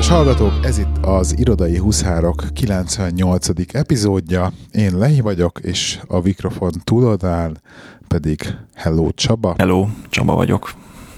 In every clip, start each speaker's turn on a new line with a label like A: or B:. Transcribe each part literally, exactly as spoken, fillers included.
A: Kedves hallgatók, ez itt az Irodai Huszárok kilencvennyolcadik epizódja. Én Lehi vagyok, és a mikrofon túloldalán pedig Hello Csaba.
B: Hello, Csaba vagyok.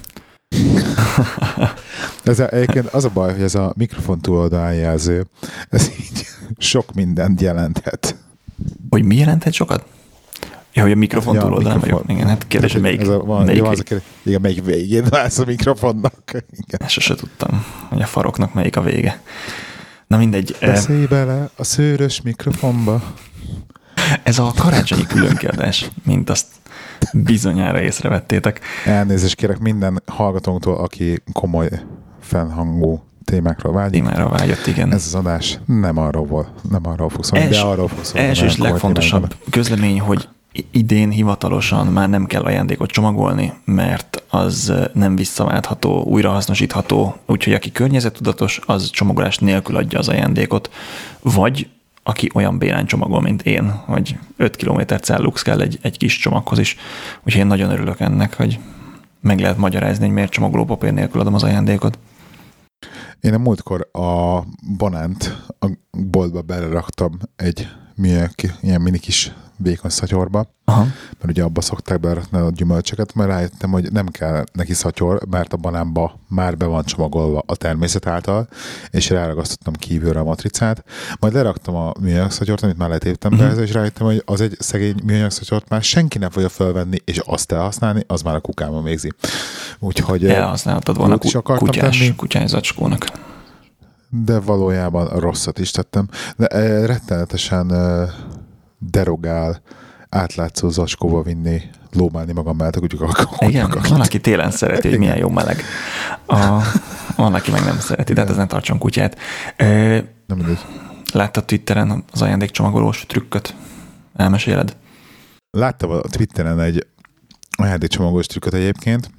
A: Ez a, egyébként az a baj, hogy ez a mikrofon túloldalán jelző, ez így sok mindent jelenthet.
B: Hogy mi jelenthet sokat? Ja, hogy a mikrofon ja, túloldalán vagyok. Igen, hát kérdés, hogy melyik,
A: a, van,
B: melyik,
A: jó, az a kérdés, igen, melyik végén válsz a mikrofonnak. Igen.
B: Ezt sose tudtam, hogy a faroknak melyik a vége. Na mindegy.
A: Beszélj eh, bele a szőrös mikrofonba.
B: Ez a karácsonyi különkiadás, mint azt bizonyára észrevettétek.
A: Elnézést kérek minden hallgatónktól, aki komoly fennhangú témákra vágyik.
B: Témára vágyott, igen.
A: Ez az adás nem arról volt, nem arról fog szólni, de arról fog szólni.
B: Els és legfontosabb közlemény, hogy idén hivatalosan már nem kell ajándékot csomagolni, mert az nem visszaváltható, újrahasznosítható, úgyhogy aki környezettudatos, az csomagolás nélkül adja az ajándékot, vagy aki olyan bénán csomagol, mint én, hogy öt kilométer cellux kell egy, egy kis csomaghoz is. Úgyhogy én nagyon örülök ennek, hogy meg lehet magyarázni, hogy miért csomagolópapír nélkül adom az ajándékot.
A: Én a múltkor a banánt a boltba beleraktam egy ilyen mini kis vékony szatyorba, aha, mert ugye abba szokták belerakni a gyümölcsöket, mert rájöttem, hogy nem kell neki szatyor, mert a banánba már be van csomagolva a természet által, és ráragasztottam kívülre a matricát, majd leraktam a műanyag szatyort, amit már letéptem uh-huh. be, és rájöttem, hogy az egy szegény műanyag szatyort már senki nem fogja felvenni, és azt elhasználni, az már a kukában végzi. Úgyhogy
B: elhasználtad volna ku- kutyás, kutyás zacskónak.
A: De valójában rosszat is tettem. De e, rettenetesen e, derogál, átlátszó zacskóba vinni, lómálni magam mellett a kutyukat.
B: Igen, van, aki télen szereti, hogy milyen jó meleg. A, van, aki meg nem szereti, de hát ez nem tartson kutyát. E,
A: nem mindegy.
B: Láttad Twitteren az ajándékcsomagolós trükköt? Elmeséled?
A: Láttam a Twitteren egy ajándékcsomagolós trükköt egyébként,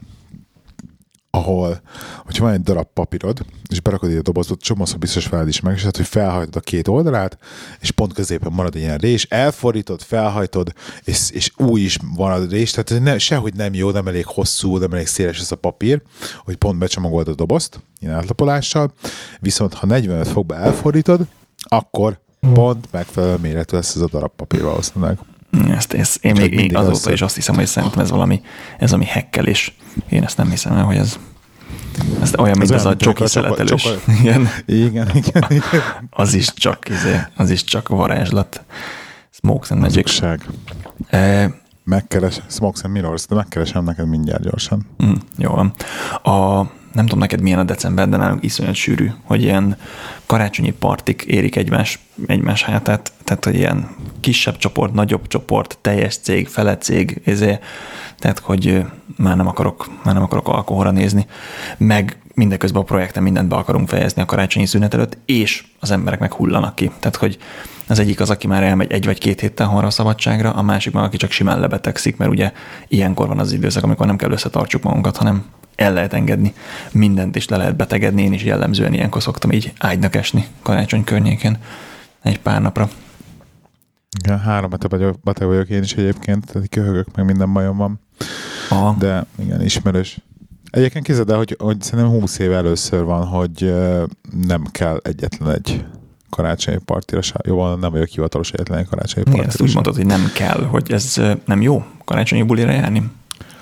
A: ahol, hogyha van egy darab papírod, és berakod egy dobozba, csomószor biztos veled is meg, és hát, hogy felhajtod a két oldalát, és pont középen marad egy ilyen rés, elfordítod, felhajtod, és, és új is marad rés, tehát ne, sehogy nem jó, nem elég hosszú, nem elég széles ez a papír, hogy pont becsomagold a dobozt, ilyen átlapolással, viszont ha negyvenöt fokba elfordítod, akkor pont megfelelő méretű lesz ez a darab papír valószínűleg.
B: Ezt, ezt, én még, még azóta az is azt hiszem, hogy szerintem ez valami, ez valami hekkelés. Én ezt nem hiszem el, hogy ez, ez olyan, mint az, az a csoki szeletelős. Igen.
A: Igen, igen, igen.
B: Az is csak, az is csak varázslat. Smokes and Magic.
A: E, Megkeres, Smokes and Mirrors, de megkeresem neked mindjárt gyorsan.
B: Mm, jó van. A, nem tudom neked milyen a december, de nálunk iszonyat sűrű, hogy ilyen karácsonyi partik érik egymás, egymás hátát, tehát hogy ilyen kisebb csoport, nagyobb csoport, teljes cég, fele cég, ezért, tehát hogy már nem akarok, már nem akarok alkoholra nézni, meg mindeközben a projekten mindent be akarunk fejezni a karácsonyi szünet előtt, és az emberek meg hullanak ki. Tehát, hogy az egyik az, aki már elmegy egy vagy két héttel hamar a szabadságra, a másik meg, aki csak simán lebetegszik, mert ugye ilyenkor van az időszak, amikor nem kell összetartsuk magunkat, hanem el lehet engedni mindent, és le lehet betegedni. Én is jellemzően ilyenkor szoktam így ágynak esni karácsony környékén egy pár napra.
A: Igen, három hete vagyok, beteg vagyok én is egyébként, tehát köhögök, meg minden bajom van. Aha. De igen, ismerős. Egyébként képzeld el, hogy, hogy szerintem húsz év először van, hogy nem kell egyetlen egy karácsonyi partira, jóval nem vagyok hivatalos egyetlen egy karácsonyi partira.
B: Igen, ezt úgy mondod, hogy nem kell, hogy ez nem jó karácsonyi bulira járni?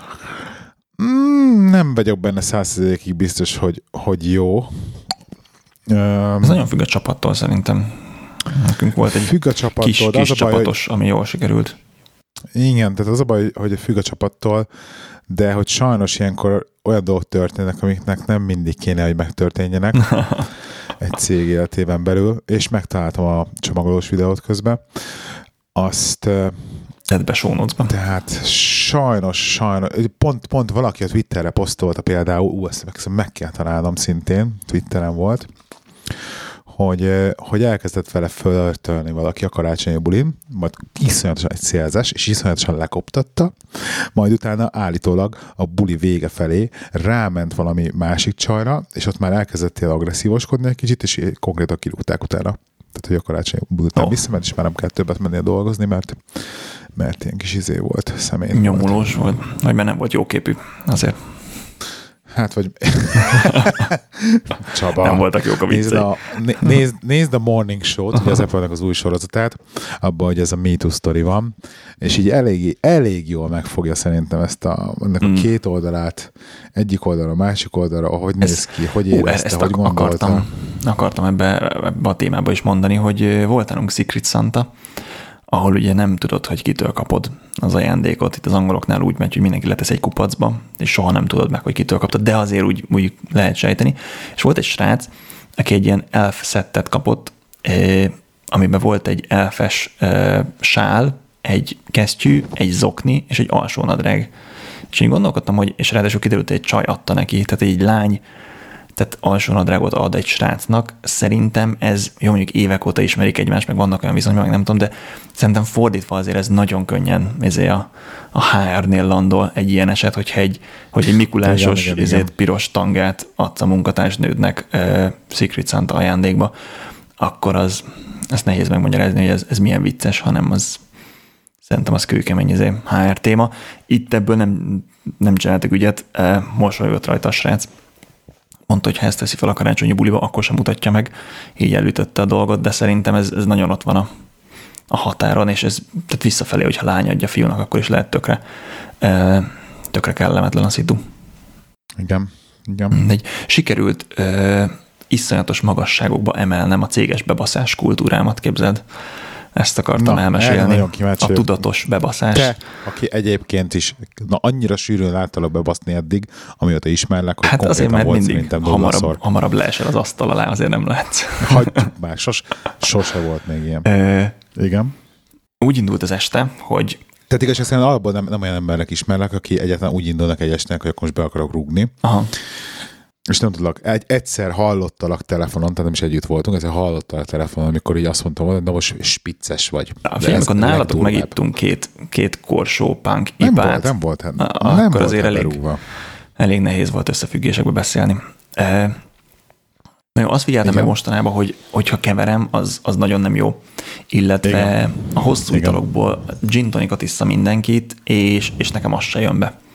A: Mm, nem vagyok benne száz százalékig biztos, hogy, hogy jó.
B: Ez um, nagyon függ a csapattól szerintem. Nekünk volt egy függ a csapattól, kis, kis az a baj, csapatos, hogy, ami jól sikerült.
A: Igen, tehát az a baj, hogy függ a csapattól, de hogy sajnos ilyenkor olyan dolgok történnek, amiknek nem mindig kéne, hogy megtörténjenek egy cég életében belül, és megtaláltam a csomagolós videót közben. Azt...
B: Tedd be show notes-ban.
A: Tehát sajnos, sajnos, pont, pont valaki a Twitterre posztolta például, ú, ezt meg kell találnom szintén, Twitteren volt, hogy, hogy elkezdett vele fölörtölni valaki a karácsonyi bulin, majd iszonyatosan egy szélzes, és iszonyatosan lekoptatta, majd utána állítólag a buli vége felé ráment valami másik csajra, és ott már elkezdettél agresszívoskodni egy kicsit, és konkrétan kirúgták utána. Tehát, hogy a karácsonyi buli után oh. visszament, és már nem kell többet menni dolgozni, mert, mert ilyen kis izé volt, személy
B: nyomulós volt. volt, vagy mert nem volt jóképű, azért.
A: Hát, vagy... Csaba.
B: Nem voltak jók a
A: Nézd
B: viccei.
A: a, né- nézd, nézd a Morning Show-t, ugye az Apple-nek az új sorozatát, abban, hogy ez a Me Too sztori van, és így elég, elég jól megfogja szerintem ezt a, ennek a
B: Mm.
A: két oldalát, egyik oldalra, másik oldalra, ahogy
B: Ez-
A: néz ki, hogy
B: Hú,
A: érezte,
B: ezt
A: hogy
B: ak-
A: gondolta.
B: akartam, akartam ebbe, ebbe a témába is mondani, hogy volt nálunk Secret Santa, ahol ugye nem tudod, hogy kitől kapod az ajándékot. Itt az angoloknál úgy megy, hogy mindenki letesz egy kupacba, és soha nem tudod meg, hogy kitől kaptad, de azért úgy, úgy lehet sejteni. És volt egy srác, aki egy ilyen elf szettet kapott, eh, amiben volt egy elfes eh, sál, egy kesztyű, egy zokni és egy alsónadrág. És én gondolkodtam, hogy, és ráadásul kiderült, hogy egy csaj adta neki, tehát egy lány, tehát alsónadrágot ad egy srácnak, szerintem ez, jó mondjuk évek óta ismerik egymást, meg vannak olyan viszonyban, meg nem tudom, de szerintem fordítva azért ez nagyon könnyen ezért a, a há er-nél landol egy ilyen eset, hogyha egy, hogy egy mikulásos
A: Igen, igen,
B: ezért
A: igen.
B: piros tangát adsz a munkatársnődnek uh, Secret Santa ajándékba, akkor az, ezt nehéz megmagyarázni, hogy ez, ez milyen vicces, hanem az szerintem az kőkemény ezért há er téma. Itt ebből nem, nem csináltak ügyet, uh, mosolygott rajta a srác. Mondta, hogy ha ezt teszi fel a karácsonyi buliba, akkor sem mutatja meg. Így elütötte a dolgot, de szerintem ez, ez nagyon ott van a, a határon, és ez tehát visszafelé, hogyha lány adja fiúnak, akkor is lehet tökre, e, tökre kellemetlen a szitu.
A: Igen, igen.
B: Egy sikerült e, iszonyatos magasságokba emelnem a céges bebaszás kultúrámat, képzeld. Ezt akartam
A: Na,
B: elmesélni.
A: nagyon kíváncsi
B: A
A: vagyok.
B: tudatos bebaszás.
A: Te, aki egyébként is na, annyira sűrűn láttalak bebaszni eddig, amióta ismerlek, hogy
B: Hát azért,
A: konkrétan
B: mert
A: volt
B: mindig
A: szerintem
B: hamarabb,
A: dullaszor.
B: hamarabb leesel az asztal alá, azért nem lehetsz.
A: Hagyjuk már, sos, sose volt még ilyen.
B: E,
A: Igen.
B: úgy indult az este, hogy
A: Tehát igazság szerint alapból nem, nem olyan embernek ismerlek, aki egyáltalán úgy indulnak egy estének, hogy akkor most be akarok rúgni.
B: aha,
A: És nem tudlak, egy, egyszer hallottalak telefonon, tehát nem is együtt voltunk, egyszer hallottalak telefonon, amikor így azt mondtam, hogy na most spicces vagy.
B: a film, amikor
A: a
B: nálatok
A: legdurvább.
B: megittunk két, két korsó punk
A: Nem
B: ipát,
A: volt, nem volt. Nem,
B: A-
A: nem
B: akkor
A: volt
B: azért elég-
A: berúgva.
B: elég nehéz volt összefüggésekbe beszélni. E, na jó, azt figyeltem
A: Igen.
B: meg mostanában, hogy hogyha keverem, az, az nagyon nem jó. Illetve
A: Igen.
B: a hosszú
A: Igen.
B: italokból gin tonicot issza mindenkit, és, és nekem az se jön be.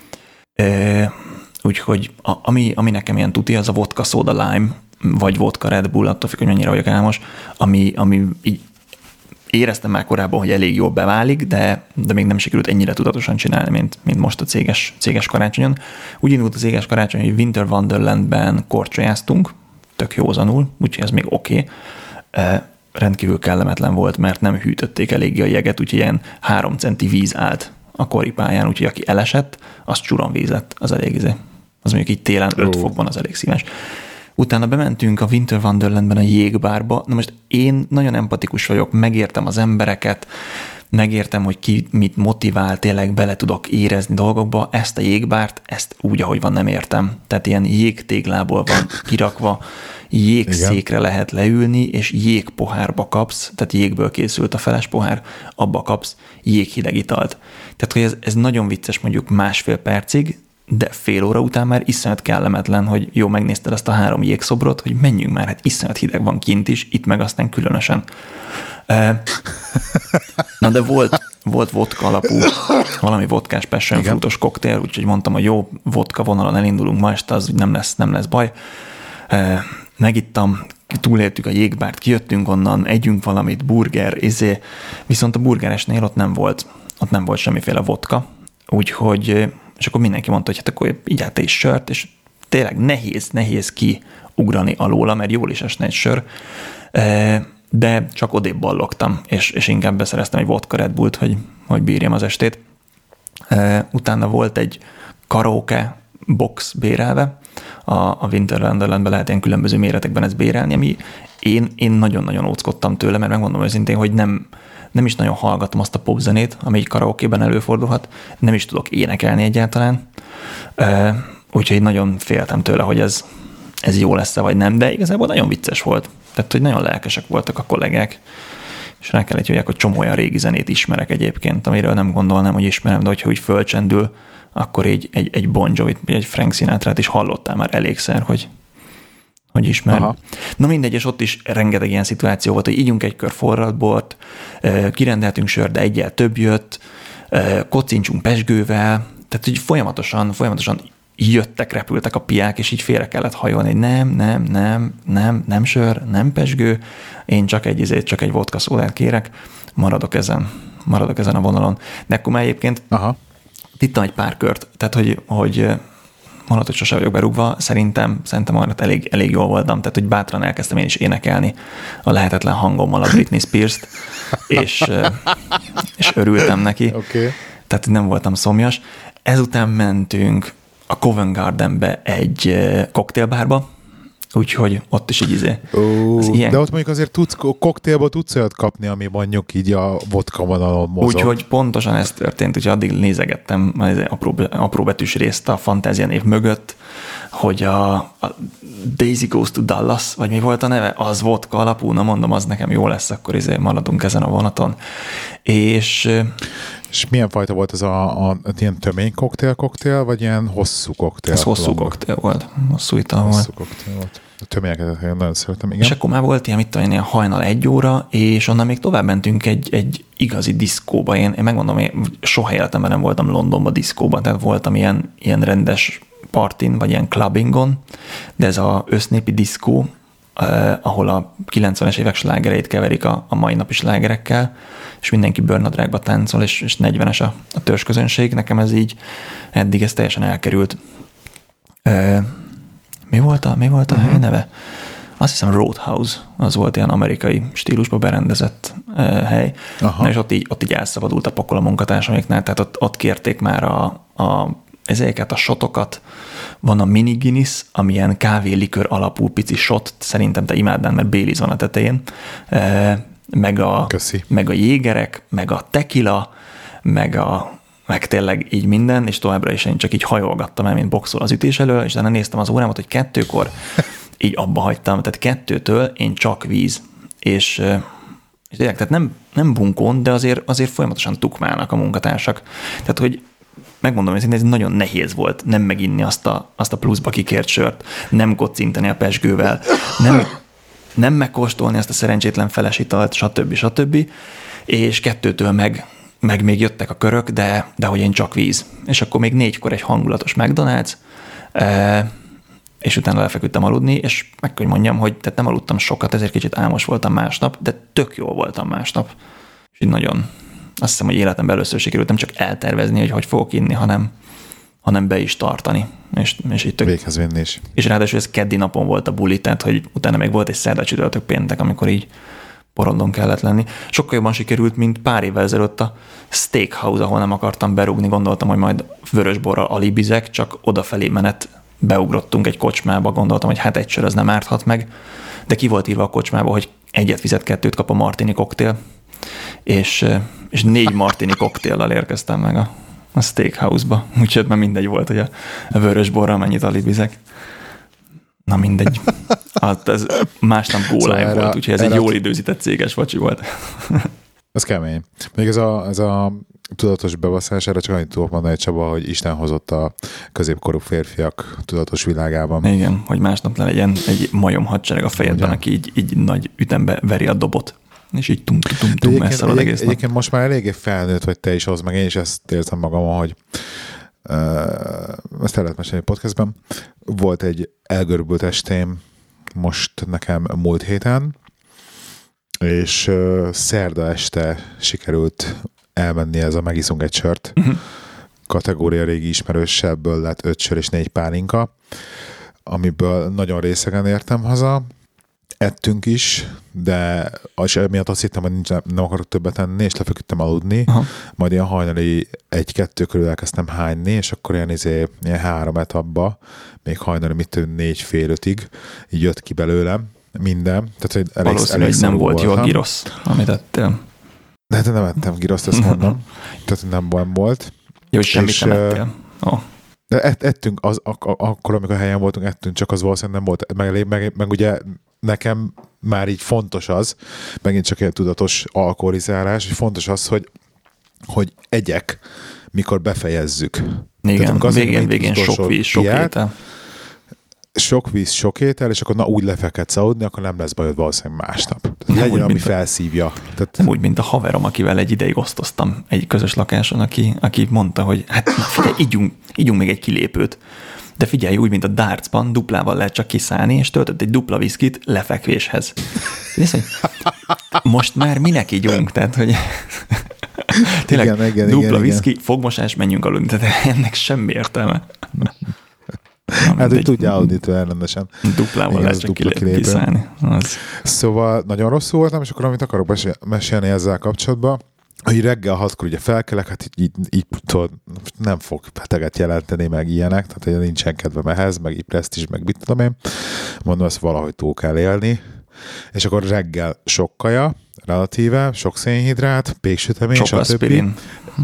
B: E, úgyhogy a, ami, ami nekem ilyen tuti, az a vodka soda lime, vagy vodka Red Bull, attól függ, hogy mennyire vagyok álmos, ami, ami így éreztem már korábban, hogy elég jól beválik, de, de még nem sikerült ennyire tudatosan csinálni, mint, mint most a céges, céges karácsonyon. Úgy indult a céges karácsony, hogy Winter Wonderlandben korcsolyáztunk, tök józanul, úgyhogy ez még oké. Okay. E, rendkívül kellemetlen volt, mert nem hűtötték eléggé a jeget, úgyhogy ilyen három centi víz állt a koripályán, úgyhogy aki elesett, az csuronvíz lett, az elég izé. Az mondjuk így télen öt
A: Ó.
B: fokban az elég szíves. Utána bementünk a Winter Wonderlandben a jégbárba. Na most én nagyon empatikus vagyok, megértem az embereket, megértem, hogy ki mit motivál, tényleg bele tudok érezni dolgokba. Ezt a jégbárt, ezt úgy, ahogy van, nem értem. Tehát ilyen jégtéglából van kirakva, jégszékre lehet leülni, és jégpohárba kapsz, tehát jégből készült a feles pohár, abba kapsz jéghideg italt. Tehát, hogy ez, ez nagyon vicces mondjuk másfél percig, de fél óra után már iszonyat kellemetlen, hogy jó, megnézted azt a három jégszobrot, hogy menjünk már, hát iszonyat hideg van kint is, itt meg aztán különösen. Na de volt, volt vodka alapú, valami vodkás passion fruitos koktél, úgyhogy mondtam, hogy jó, vodka vonalon elindulunk ma este, az nem lesz, nem lesz baj. Megittam, túléltük a jégbárt, kijöttünk onnan, együnk valamit, burger, izé, viszont a burgeresnél ott nem volt, ott nem volt semmiféle vodka, úgyhogy, és akkor mindenki mondta, hogy hát akkor így át is sört, és tényleg nehéz, nehéz kiugrani alóla, mert jól is esne egy sör, de csak odébb ballogtam, és, és inkább beszereztem egy vodka Red Bullt, hogy, hogy bírjam az estét. Utána volt egy karaoke box bérelve, a, a Winter Wonderlandben lehet ilyen különböző méretekben ezt bérelni, ami én, én nagyon-nagyon óckodtam tőle, mert megmondom őszintén, hogy nem, nem is nagyon hallgatom azt a popzenét, ami egy karaokében előfordulhat, nem is tudok énekelni egyáltalán, úgyhogy nagyon féltem tőle, hogy ez, ez jó lesz-e vagy nem, de igazából nagyon vicces volt. Tehát, hogy nagyon lelkesek voltak a kollégák, és rá kellett jöjjek, hogy csomó olyan régi zenét ismerek egyébként, amiről nem gondolnám, hogy ismerem, de hogyha úgy fölcsendül, akkor így egy, egy Bon Jovit, vagy egy Frank Sinatrát is hallottál már elégszer, hogy, hogy ismerem. Aha. Na mindegy, és ott is rengeteg ilyen szituáció volt, hogy ígyunk egy kör forralt bort, kirendeltünk sört, de egyel több jött, kocincsunk pezsgővel, tehát hogy folyamatosan, folyamatosan jöttek, repültek a piák, és így félre kellett hajolni, nem, nem, nem, nem, nem sör, nem pesgő, én csak egy izét, csak egy vodka szódát kérek, maradok ezen, maradok ezen a vonalon. De akkor már egyébként
A: Aha.
B: ittam egy pár kört, tehát hogy, hogy mondod, hogy sose vagyok berúgva, szerintem, szerintem arra elég, elég jól voltam, tehát hogy bátran elkezdtem én is énekelni a lehetetlen hangommal a Britney Spears-t, és, és örültem neki.
A: Okay.
B: Tehát nem voltam szomjas. Ezután mentünk a Covent Gardenbe egy koktélbárba, úgyhogy ott is így izé.
A: Uh, ilyen... De ott mondjuk azért tudsz, koktélból tudsz olyat kapni, ami mondjuk így a vodka vonalon mozog.
B: Úgyhogy pontosan ez történt, úgyhogy addig nézegettem az apró, apró betűs részt a Fantázia név mögött, hogy a, a Daisy Goes to Dallas, vagy mi volt a neve, az vodka alapú, na mondom, az nekem jó lesz, akkor izé maradunk ezen a vonaton. És...
A: És milyen fajta volt ez a, a ilyen tömény koktél koktél, vagy ilyen hosszú koktél?
B: Ez hosszú koktél volt, hosszú ital volt.
A: Hosszú koktél volt. A töményeket nagyon szeretem, igen.
B: És akkor már volt ilyen, mit tudom, ilyen hajnal egy óra, és onnan még tovább mentünk egy, egy igazi diszkóba. Én, én megmondom, én soha életemben nem voltam Londonban diszkóban, tehát voltam ilyen, ilyen rendes partin, vagy ilyen clubbingon, de ez az össznépi diszkó, eh, ahol a kilencvenes évek slágereit keverik a, a mai napi slágerekkel, és mindenki bőrnadrágba táncol, és, és negyvenes a, a törzsközönség. Nekem ez így, eddig ez teljesen elkerült. Eh, mi volt a, mi volt a uh-huh. hely neve? Azt hiszem Roadhouse, az volt ilyen amerikai stílusba berendezett uh, hely. Na, és ott így, ott így elszabadult a pokol a munkatársamiknál, tehát ott, ott kérték már a, a, ezeket a shotokat. Van a mini Guinness, ami ilyen kávélikör alapú pici shot, szerintem te imádnál, mert Baileys van a tetején, uh, meg, a, meg a jégerek, meg a tequila, meg a meg tényleg így minden, és továbbra is én csak így hajolgattam el, mint boxol az ütés elől, és utána néztem az órámat, hogy kettőkor így abba hagytam, tehát kettőtől én csak víz, és, és tényleg, tehát nem, nem bunkón, de azért, azért folyamatosan tukmálnak a munkatársak. Tehát, hogy megmondom, hogy ez nagyon nehéz volt nem meginni azt a, azt a pluszba kikért sört, nem kocintani a pezsgővel, nem, nem megkóstolni azt a szerencsétlen feles italt, stb. stb. És kettőtől meg meg még jöttek a körök, de, de hogy én csak víz. És akkor még négykor egy hangulatos McDonald's, és utána lefeküdtem aludni, és meg hogy mondjam, hogy tehát nem aludtam sokat, ezért kicsit álmos voltam másnap, de tök jól voltam másnap. És így nagyon, azt hiszem, hogy életemben először sikerült nem csak eltervezni, hogy hogy fogok inni, hanem, hanem be is tartani. És, és így tök...
A: Véghez vinni is.
B: És ráadásul ez keddi napon volt a buli, tehát hogy utána még volt egy szerda, csütörtök, péntek, amikor így porondon kellett lenni. Sokkal jobban sikerült, mint pár évvel ezelőtt a Steakhouse, ahol nem akartam berúgni, gondoltam, hogy majd vörösborral alibizek, csak odafelé menet beugrottunk egy kocsmába, gondoltam, hogy hát egy sör az nem árthat meg, de ki volt írva a kocsmába, hogy egyet fizet, kettőt kap a martini koktél, és, és négy martini koktéllal érkeztem meg a, a Steakhouse-ba, úgyhogy már mindegy volt, hogy a, a vörösborral mennyit alibizek. Na mindegy. Hát ez másnap góláj szóval volt, úgyhogy ez egy jól időzített céges vacsi volt.
A: Ez kemény. Még ez a, ez a tudatos bebaszás, erre csak annyit tudok mondani, Csaba, hogy Isten hozott a középkorú férfiak tudatos világában.
B: Igen, hogy másnap le legyen egy majom hadsereg a fejedben, aki így, így nagy ütembe veri a dobot. És így tum-tum-tum messze az egész nap.
A: Egyébként most már eléggé felnőtt vagy te is az, meg én is ezt érzem magamon, hogy Uh, ezt el lehet mesélni podcastben. Volt egy elgörbült estém most nekem múlt héten, és uh, szerda este sikerült elmenni ez a megiszunk egy sört. Uh-huh. Kategória régi ismerősebből lett öt sör és négy pálinka, amiből nagyon részegen értem haza. Ettünk is, de az miatt azt hittem, hogy nincs, nem akarok többet enni, és lefeküdtem aludni. Aha. Majd ilyen hajnali egy-kettő körül elkezdtem hányni, és akkor ilyen, izé, ilyen három etapba, még hajnali mit tűn négy fél ötig, így jött ki belőlem minden. Tehát, hogy elég,
B: valószínű, hogy nem volt jó a girosz, amit ettél.
A: De hát nem ettem giroszt, ezt mondom. Tehát nem volt.
B: Jó, és semmit nem ettél. Oh.
A: De ett, ettünk, az, ak- akkor, amikor helyen voltunk, ettünk, csak az valószínűleg nem volt. Meg, meg, meg ugye nekem már így fontos az, megint csak egy tudatos alkoholizálás, hogy fontos az, hogy, hogy egyek, mikor befejezzük.
B: Igen, Tehát, végén, végén sok víz, sok étel.
A: Sok víz, sok étel, és akkor na úgy lefeketsz aludni, akkor nem lesz bajod valószínűleg másnap. Legyen, úgy, ami felszívja. Tehát...
B: Nem úgy, mint a haverom, akivel egy ideig osztoztam egy közös lakáson, aki, aki mondta, hogy hát figyelj, ígyunk, ígyunk még egy kilépőt. de figyelj, úgy, mint a dartsban, duplával lehet csak kiszállni, és töltött egy dupla viszkit lefekvéshez. Nézd, hogy most már minek ígyunk? Tehát, hogy tényleg
A: igen, igen,
B: dupla
A: igen,
B: viszki,
A: igen.
B: fogmosás, menjünk aludni. Tehát ennek semmi értelme.
A: Na, hát, hogy tudja aludni tőle rendesen.
B: Duplával lehet csak kiszállni. Az.
A: Szóval nagyon rosszul voltam, és akkor amit akarok mesélni ezzel kapcsolatban, hogy reggel hatkor ugye felkelek, hát így, így, így tudod, nem fog beteget jelenteni, meg ilyenek, tehát hogy nincsen kedvem ehhez, meg így presztízs, meg mit tudom én. Mondom, ezt valahogy túl kell élni. És akkor reggel sok kaja, relatíve, sok szénhidrát, péksütemény,
B: sok aspirin.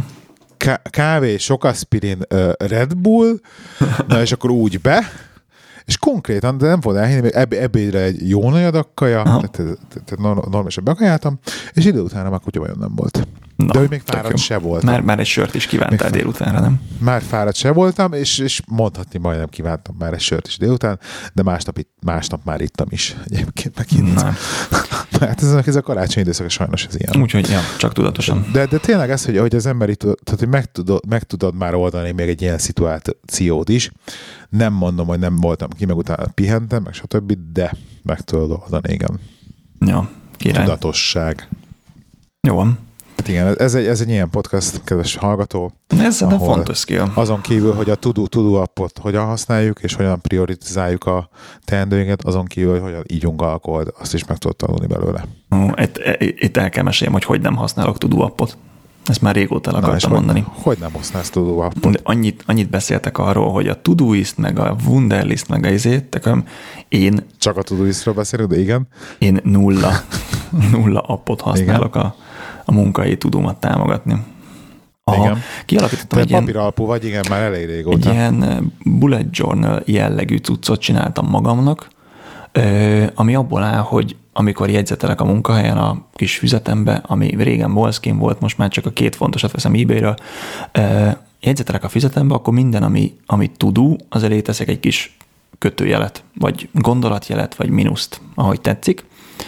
A: Ká- kávé, sok aspirin, uh, Red Bull, na és akkor úgy be, és konkrétan, de nem volt elhinni, még eb- ebédre egy jó nagy adag kaja, tehát, tehát, tehát normálisan bekajáltam, és idő utána már kutya olyan nem volt. Na, de hogy még fáradt se voltam.
B: Már, már egy sört is kívántál még délutánra, nem?
A: Már fáradt se voltam, és, és mondhatni majdnem kívántam már egy sört is délután, de másnap, másnap már ittam is egyébként megint. Hát ez, ez a karácsonyi időszak sajnos ez ilyen.
B: Úgyhogy, ja, csak tudatosan.
A: De, de tényleg ez, hogy, hogy az ember itt, tehát, hogy meg tudod, meg tudod már oldani még egy ilyen szituációt is. Nem mondom, hogy nem voltam ki, meg utána pihentem, meg stb., de meg tudod oldani, igen.
B: Ja, király.
A: Tudatosság.
B: Jó van.
A: Hát igen, ez egy, ez egy ilyen podcast, kedves hallgató.
B: Ez de fontos skill.
A: Azon kívül, hogy a To-Do, To-Do appot hogyan használjuk, és hogyan prioritizáljuk a teendőinket, azon kívül, hogy hogyan ígyunk alkoholt, azt is meg tudod tanulni belőle.
B: Uh, itt, itt el kell meséljem, hogy hogy nem használok To-Do appot. Ezt már régóta el akartam mondani.
A: Hogy, hogy nem használsz To-Do appot?
B: De annyit, annyit beszéltek arról, hogy a Todoist, meg a Wunderlist, meg a izét, én...
A: Csak a Todoistról beszélünk, de igen.
B: Én nulla, nulla appot használok a, a munkai tudomat támogatni. Aha,
A: igen.
B: Kialakítottam
A: Te
B: egy ilyen...
A: papíralapú vagy, igen, már elég régóta.
B: Egy ilyen bullet journal jellegű cuccot csináltam magamnak, ami abból áll, hogy amikor jegyzetelek a munkahelyen a kis füzetembe, ami régen Moleskine volt, most már csak a két fontosat veszem eBay-ről, jegyzetelek a füzetembe, akkor minden, ami, ami to-do, az elé teszek egy kis kötőjelet, vagy gondolatjelet, vagy mínuszt, ahogy tetszik,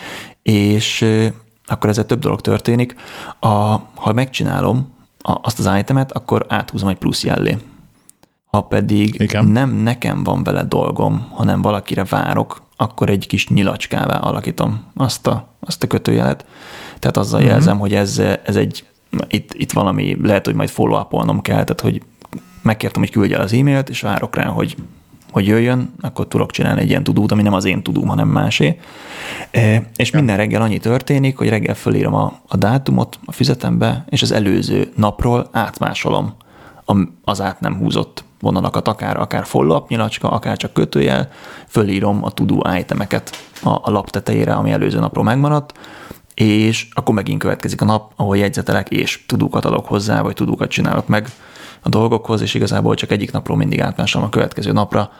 B: és akkor ezzel több dolog történik. A, ha megcsinálom a, azt az itemet, akkor áthúzom egy plusz jellé. Ha pedig igen. nem nekem van vele dolgom, hanem valakire várok, akkor egy kis nyilacskává alakítom azt a, azt a kötőjelet. Tehát azzal uh-huh. jelzem, hogy ez, ez egy, itt, itt valami, lehet, hogy majd follow-upolnom kell, tehát hogy megkértem, hogy küldje el az e-mailt, és várok rá, hogy, hogy jöjjön, akkor tudok csinálni egy ilyen tudót, ami nem az én tudóm, hanem másé. E, és ja. minden reggel annyi történik, hogy reggel fölírom a, a dátumot a füzetembe, és az előző napról átmásolom az át nem húzott vonalakat, akár, akár follow-up nyilacska, akár csak kötőjel, fölírom a to-do itemeket a, a lap tetejére, ami előző napról megmaradt, és akkor megint következik a nap, ahol jegyzetelek, és tudókat adok hozzá, vagy tudókat csinálok meg a dolgokhoz, és igazából csak egyik napról mindig átmásolom a következő napra.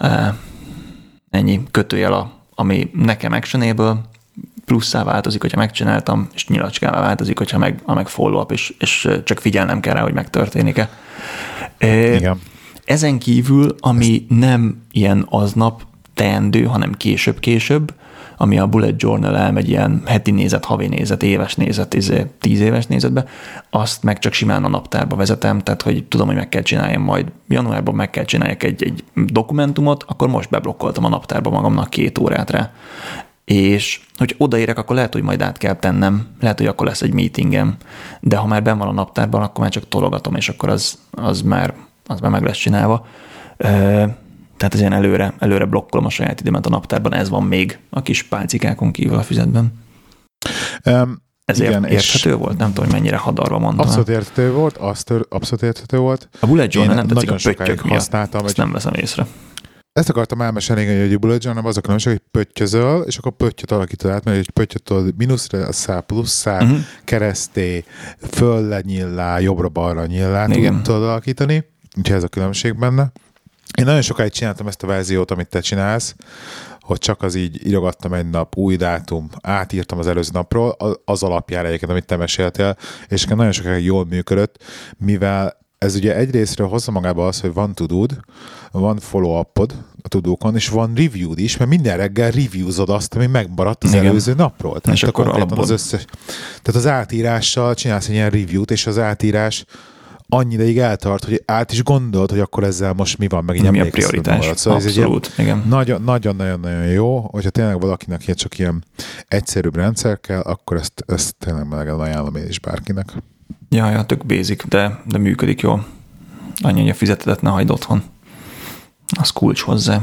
B: Ennyi kötőjel, a, ami nekem actionable, plusszá változik, hogyha megcsináltam, és nyilacskává változik, hogyha meg, meg follow-up, és, és csak figyelnem kell rá, hogy megtörténik-e.
A: Igen.
B: Ezen kívül, ami nem ilyen aznap teendő, hanem később-később, ami a bullet journal elmegy ilyen heti nézet, havi nézet, éves nézet, tíz éves nézetbe, azt meg csak simán a naptárba vezetem, tehát hogy tudom, hogy meg kell csináljam majd januárban, meg kell csináljak egy, egy dokumentumot, akkor most beblokkoltam a naptárba magamnak két órát rá. És hogy odaérek, akkor lehet, hogy majd át kell tennem, lehet, hogy akkor lesz egy meetingem, de ha már benn van a naptárban, akkor már csak tologatom, és akkor az, az, már, az már meg lesz csinálva. Tehát ez ilyen előre, előre blokkolom a saját időmet a naptárban, ez van még a kis pálcikákon kívül a füzetben. Um, ez igen, érthető volt? Nem tudom, hogy mennyire hadarva mondtam.
A: Abszolút érthető volt, azt abszolút érthető volt.
B: A bullet journal nem tetszik a pöttyök miatt,
A: használtam,
B: ezt nem veszem észre.
A: Ezt akartam elmesélni, hogy a bullet journal az a különbség, hogy pöttyözöl, és akkor pöttyöt alakítod át, mert egy pöttyöt tudod mínuszra száll, plusszá, uh-huh. kereszté, föl lenyillá, jobbra-balra nyillá tudod alakítani. Úgyhogy ez a különbség benne. Én nagyon sokáig csináltam ezt a verziót, amit te csinálsz, hogy csak az így írogattam egy nap, új dátum, átírtam az előző napról, az alapjára egyébként, amit te meséltél, és nagyon sokáig jól működött, mivel ez ugye egyrésztről hozza magába az, hogy van tudód, van follow-upod a tudókon, és van reviewd is, mert minden reggel reviewzod azt, ami megmaradt az igen. előző napról. Tehát
B: és akkor
A: alapból... az összes, tehát az átírással csinálsz egy ilyen review-t, és az átírás annyi ideig eltart, hogy át is gondolt, hogy akkor ezzel most mi van, meg így
B: mi a prioritás.
A: Szóval
B: abszolút,
A: ez egy
B: igen.
A: Nagyon-nagyon-nagyon jó, hogyha tényleg valakinek ilyen csak ilyen egyszerűbb rendszer kell, akkor ezt, ezt tényleg melegen ajánlom én is bárkinek.
B: Ja, ja, tök basic, de, de működik jól. Annyi, hogy a fizetetet ne hagyd otthon. Az kulcs hozzá.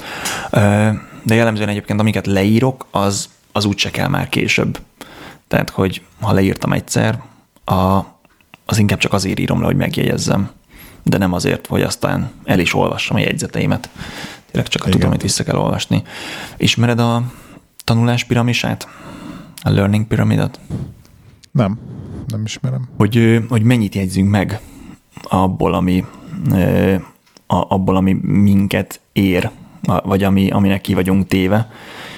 B: De jellemzően egyébként, amiket leírok, az, az úgyse kell már később. Tehát, hogy ha leírtam egyszer, a, az inkább csak azért írom le, hogy megjegyezzem, de nem azért, hogy aztán el is olvassam a jegyzeteimet. Tényleg csak a tudom, amit vissza kell olvasni. Ismered a tanulás piramisát? A learning pyramidot?
A: Nem, nem ismerem.
B: Hogy, hogy mennyit jegyzünk meg abból, ami, abból, ami minket ér, vagy ami, aminek ki vagyunk téve.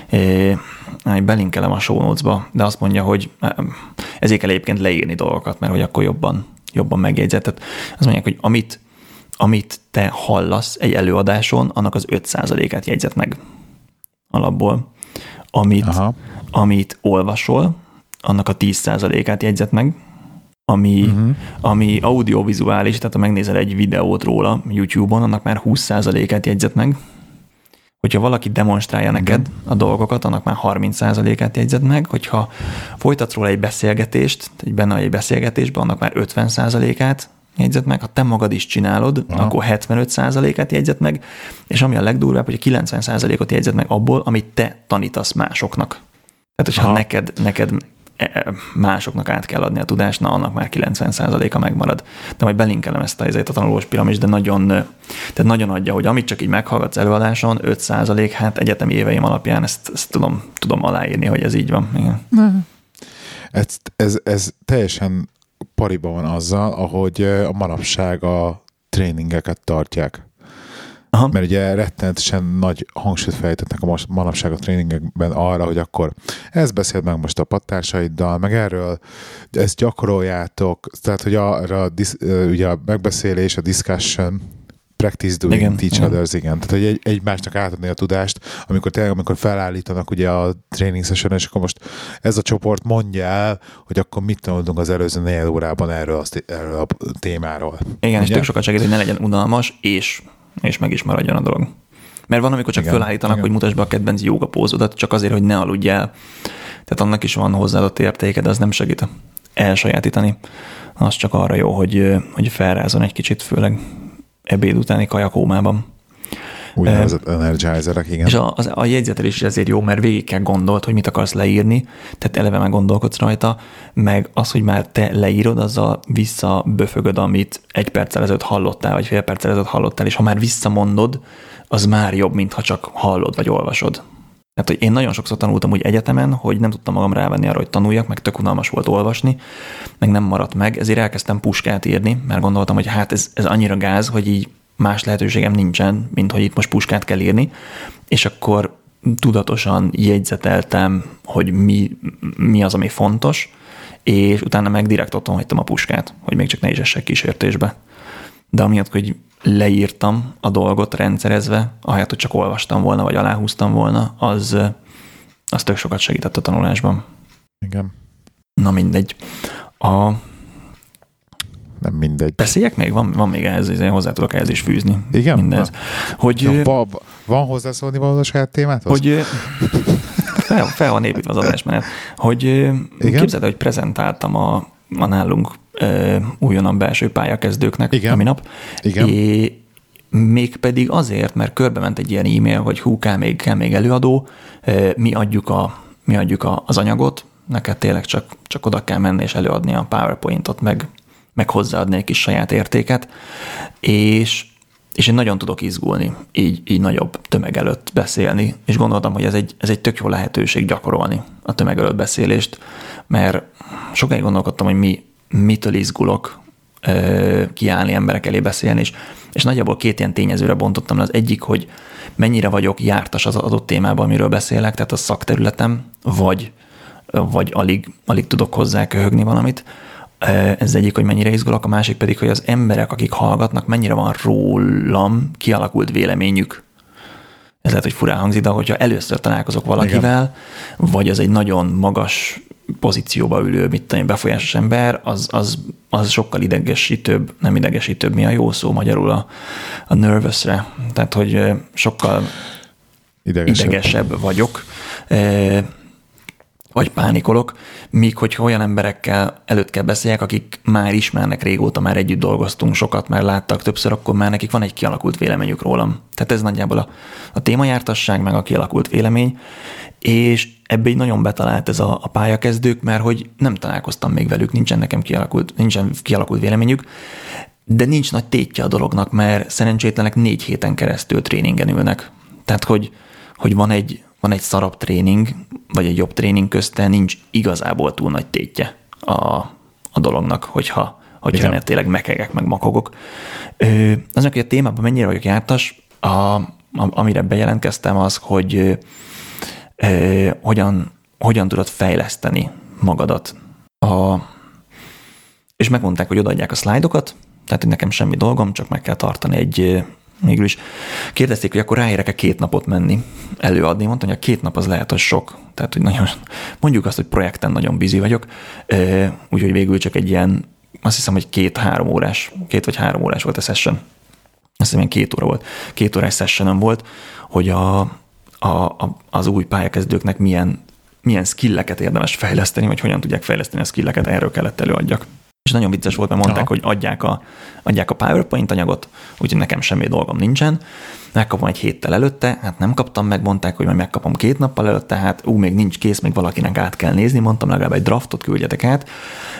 B: Belinkelem a show notes-ba, de azt mondja, hogy ezért kell egyébként leírni dolgokat, mert hogy akkor jobban, jobban megjegyzett. Tehát azt mondják, hogy amit, amit te hallasz egy előadáson, annak az öt százalékát jegyzett meg alapból. Amit, amit olvasol, annak a tíz százalékát jegyzett meg, ami, uh-huh. ami audiovizuális, tehát ha megnézel egy videót róla YouTube-on, annak már húsz százalékát jegyzett meg. Hogyha valaki demonstrálja neked a dolgokat, annak már harminc százalékát jegyzed meg, hogyha folytatsz róla egy beszélgetést, egy benne egy beszélgetésben, annak már ötven százalékát jegyzed meg, ha te magad is csinálod, aha, akkor hetvenöt százalékát jegyzed meg, és ami a legdurvább, hogy a kilencven százalékot jegyzed meg abból, amit te tanítasz másoknak. Tehát, hogyha neked, neked másoknak át kell adni a tudást, na annak már kilencven százaléka megmarad. De majd belinkelem ezt a, ezt a tanulós piramis, de nagyon, tehát nagyon adja, hogy amit csak így meghallgatsz előadáson, öt százalék, hát egyetemi éveim alapján ezt, ezt tudom, tudom aláírni, hogy ez így van. Igen.
A: Ez, ez, ez teljesen pariban van azzal, ahogy a manapság a tréningeket tartják. Aha. Mert ugye rettenetesen nagy hangsúlyt fejtettek a manapság a tréningekben arra, hogy akkor ezt beszéld meg most a pattársaiddal, meg erről ezt gyakoroljátok, tehát hogy arra ugye a megbeszélés, a discussion, practice doing, igen, teach igen. others, igen. Tehát, hogy egy, egymásnak átadni a tudást, amikor tényleg, amikor felállítanak ugye a training session, és akkor most ez a csoport mondja el, hogy akkor mit tanultunk az előző negyed órában erről, azt, erről a témáról.
B: Igen, ugye? És tök sokat segít, hogy ne legyen unalmas, és és meg is maradjon a dolog. Mert van, amikor csak igen, fölállítanak, igen. hogy mutasd be a kedvenc jógapózodat, csak azért, hogy ne aludj el. Tehát annak is van hozzáadott értéke, de az nem segít elsajátítani. Az csak arra jó, hogy, hogy felrázon egy kicsit, főleg ebéd utáni kajakómában.
A: Úgynevezett energizerek, igen.
B: És a, az, a jegyzetelés is ezért jó, mert végig kell gondolt, hogy mit akarsz leírni, tehát eleve meg gondolkodsz rajta, meg az, hogy már te leírod, azzal visszaböfögöd, amit egy perccel ezelőtt hallottál, vagy fél perccel ezelőtt hallottál, és ha már visszamondod, az már jobb, mintha csak hallod, vagy olvasod. Tehát, hogy én nagyon sokszor tanultam úgy egyetemen, hogy nem tudtam magam rávenni arra, hogy tanuljak, meg tök unalmas volt olvasni, meg nem maradt meg, ezért elkezdtem puskát írni, mert gondoltam, hogy hát ez, ez annyira gáz, hogy így más lehetőségem nincsen, mint hogy itt most puskát kell írni, és akkor tudatosan jegyzeteltem, hogy mi, mi az, ami fontos, és utána meg direkt otthon hagytam a puskát, hogy még csak ne is essek kísértésbe. De amiatt, hogy leírtam a dolgot rendszerezve, ahelyett, hogy csak olvastam volna, vagy aláhúztam volna, az, az tök sokat segített a tanulásban.
A: Igen.
B: Na mindegy. A
A: Nem mindegy.
B: Beszéljek még? Van, van még ehhez, én hozzá tudok ehhez is fűzni.
A: Igen?
B: Mindez. Hogy,
A: ja, va, van hozzászólni valahol a saját témáthoz?
B: Hogy fel, fel van építve az adásmenet. Hogy képzeld, hogy prezentáltam a, a nálunk e, újonnan belső pályakezdőknek
A: igen.
B: a minap.
A: Igen.
B: É, mégpedig azért, mert körbe ment egy ilyen e-mail, hogy hú, kell még, kell még előadó, e, mi adjuk, a, mi adjuk a, az anyagot, neked tényleg csak, csak oda kell menni és előadni a PowerPointot, meg meg hozzáadni egy kis saját értéket, és, és én nagyon tudok izgulni, így, így nagyobb tömeg előtt beszélni, és gondoltam, hogy ez egy, ez egy tök jó lehetőség gyakorolni a tömeg előtt beszélést, mert sokáig gondolkodtam, hogy mi, mitől izgulok kiállni emberek elé beszélni, és, és nagyjából két ilyen tényezőre bontottam. Az egyik, hogy mennyire vagyok jártas az adott témában, amiről beszélek, tehát a szakterületem, vagy, vagy alig, alig tudok hozzá köhögni valamit. Ez egyik, hogy mennyire izgulok, a másik pedig, hogy az emberek, akik hallgatnak, mennyire van rólam kialakult véleményük. ez lehet, hogy furán hangzik, de hogyha először találkozok valakivel, igen. vagy az egy nagyon magas pozícióba ülő, mit tudom, befolyásos ember, az, az, az sokkal idegesítőbb, nem idegesítőbb, mi a jó szó magyarul a, a nervousre, tehát, hogy sokkal idegesebb, idegesebb vagyok, vagy pánikolok, míg hogyha olyan emberekkel előtt kell beszéljek, akik már ismernek régóta, már együtt dolgoztunk, sokat már láttak többször, akkor már nekik van egy kialakult véleményük rólam. Tehát ez nagyjából a, a témajártasság, meg a kialakult vélemény, és ebbe így nagyon betalált ez a, a pályakezdők, mert hogy nem találkoztam még velük, nincsen nekem kialakult, nincsen kialakult véleményük, de nincs nagy tétje a dolognak, mert szerencsétlenek négy héten keresztül tréningen ülnek. Tehát, hogy, hogy van egy van egy szarabb tréning, vagy egy jobb tréning közte, nincs igazából túl nagy tétje a, a dolognak, hogyha, hogyha én tényleg mekegek, meg makogok. Ö, aznak, hogy a témában mennyire vagyok jártas, a, a, amire bejelentkeztem az, hogy ö, hogyan, hogyan tudod fejleszteni magadat. A, és megmondták, hogy odaadják a szlájdokat, tehát nekem semmi dolgom, csak meg kell tartani egy mégis. Kérdezték, hogy akkor ráérek-e két napot menni előadni. Mondtam, hogy a két nap az lehet, hogy sok. Tehát, hogy nagyon, mondjuk azt, hogy projekten nagyon busy vagyok, úgyhogy végül csak egy ilyen, azt hiszem, hogy két-három órás, két vagy három órás volt a session. Azt hiszem, ilyen két óra volt. Két órás sessionom volt, hogy a, a, a, az új pályakezdőknek milyen, milyen skilleket érdemes fejleszteni, vagy hogyan tudják fejleszteni a skilleket, erről kellett előadjak. És nagyon vicces volt, mert mondták, aha, hogy adják a, adják a PowerPoint anyagot, úgyhogy nekem semmi dolgom nincsen. Megkapom egy héttel előtte, hát nem kaptam meg, mondták, hogy majd megkapom két nappal előtte, hát ú, még nincs kész, még valakinek át kell nézni, mondtam, legalább egy draftot küldjetek át.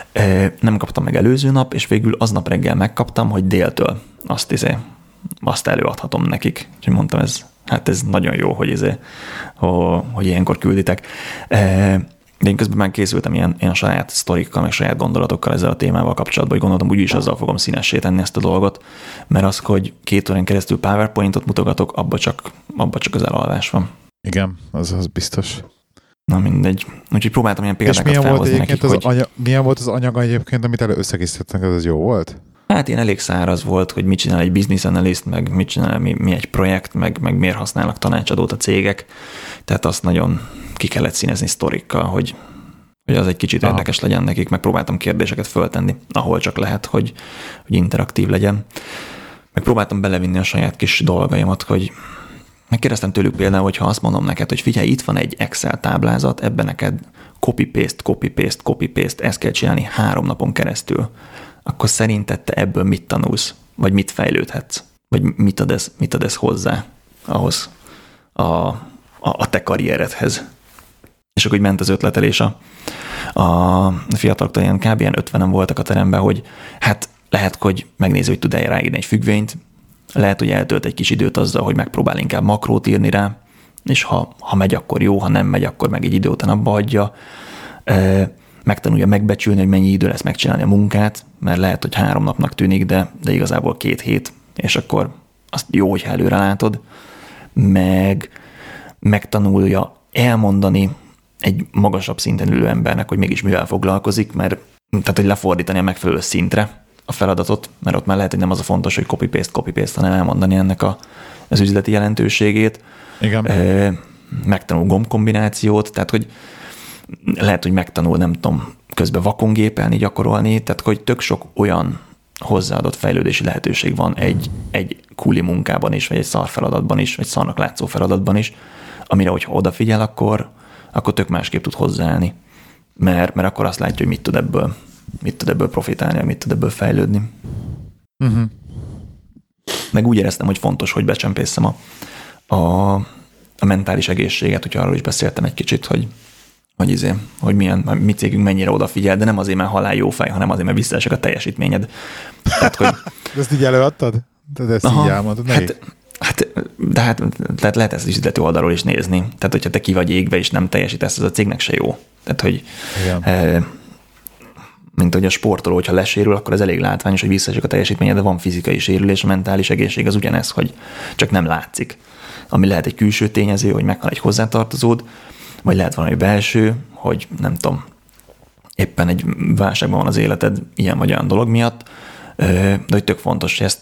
B: Nem kaptam meg előző nap, és végül aznap reggel megkaptam, hogy déltől azt, izé, azt előadhatom nekik. Úgyhogy mondtam, ez, hát ez nagyon jó, hogy, izé, hogy ilyenkor külditek. De én közben már készültem ilyen, ilyen saját sztorikkal, meg saját gondolatokkal ezzel a témával kapcsolatban, hogy gondoltam, úgyis azzal fogom színessé tenni ezt a dolgot, mert az, hogy két órán keresztül PowerPointot mutogatok, abba csak, abba csak az elalvás van.
A: Igen, az, az biztos.
B: Na mindegy. Úgyhogy próbáltam ilyen példákat
A: felhozni
B: felhozni
A: nekik,
B: nekik,
A: az
B: hogy...
A: anya, milyen volt az anyag egyébként, amit elő összekészítettek, ez jó volt?
B: Hát ilyen elég száraz volt, hogy mit csinál egy business analyst, meg mit csinál, mi, mi egy projekt, meg, meg miért használnak tanácsadót a cégek. Tehát azt nagyon ki kellett színezni sztorikkal, hogy, hogy az egy kicsit aha, érdekes legyen nekik. Megpróbáltam kérdéseket föltenni, ahol csak lehet, hogy, hogy interaktív legyen. Megpróbáltam belevinni a saját kis dolgaimat, hogy megkérdeztem tőlük például, hogy ha azt mondom neked, hogy figyelj, itt van egy Excel táblázat, ebben neked copy-paste, copy-paste, copy-paste, ezt kell csinálni három napon keresztül, akkor szerinted te ebből mit tanulsz? Vagy mit fejlődhetsz? Vagy mit ad ez, mit ad ez hozzá ahhoz a, a, a te karrieredhez? És akkor így ment az ötletelés a, a fiataloktól, ilyen kb. Ilyen ötvenen voltak a teremben, hogy hát lehet, hogy megnézi, hogy tud-e ráírni egy függvényt, lehet, hogy eltölt egy kis időt azzal, hogy megpróbál inkább makrót írni rá, és ha, ha megy, akkor jó, ha nem megy, akkor meg egy idő után abba hagyja. E, megtanulja megbecsülni, hogy mennyi idő lesz megcsinálni a munkát, mert lehet, hogy három napnak tűnik, de, de igazából két hét, és akkor azt jó, hogyha előre látod, meg megtanulja elmondani egy magasabb szinten ülő embernek, hogy mégis mivel foglalkozik, mert tehát, hogy lefordítani a megfelelő szintre a feladatot, mert ott már lehet, hogy nem az a fontos, hogy copy-paste, copy-paste, hanem elmondani ennek a, az üzleti jelentőségét.
A: Igen.
B: E, megtanul gombkombinációt, tehát, hogy lehet, hogy megtanul, nem tudom, közben vakongépelni, gyakorolni, tehát, hogy tök sok olyan hozzáadott fejlődési lehetőség van egy, egy kuli munkában is, vagy egy szar feladatban is, vagy szarnak látszó feladatban is, amire, hogyha odafigyel, akkor, akkor tök másképp tud hozzáállni. Mert, mert akkor azt látja, hogy mit tud ebből, mit tud ebből profitálni, mit tud ebből fejlődni.
A: Uh-huh.
B: Meg úgy éreztem, hogy fontos, hogy becsempészem a, a, a mentális egészséget, hogyha arról is beszéltem egy kicsit, hogy hogy, izé, hogy milyen, mi cégünk mennyire odafigyel, de nem azért, mert halál jó fej, hanem azért, mert visszaesik a teljesítményed. Tehát, hogy...
A: De ezt így előadtad? De ezt aha, így elmondod
B: hát, hát, de hát tehát lehet ezt is üzleti oldalról is nézni. Tehát, hogyha te ki vagy égve és nem teljesítesz, az a cégnek se jó. Tehát, hogy e, mint hogy a sportoló, hogyha lesérül, akkor ez elég látványos, hogy visszaesik a teljesítményed, de van fizikai sérülés, a mentális egészség az ugyanez, hogy csak nem látszik. Ami lehet egy külső tényező, hogy meghal egy hozzátartozód, vagy lehet valami belső, hogy nem tudom, éppen egy válságban van az életed ilyen vagy olyan dolog miatt, de hogy tök fontos, hogy ezt,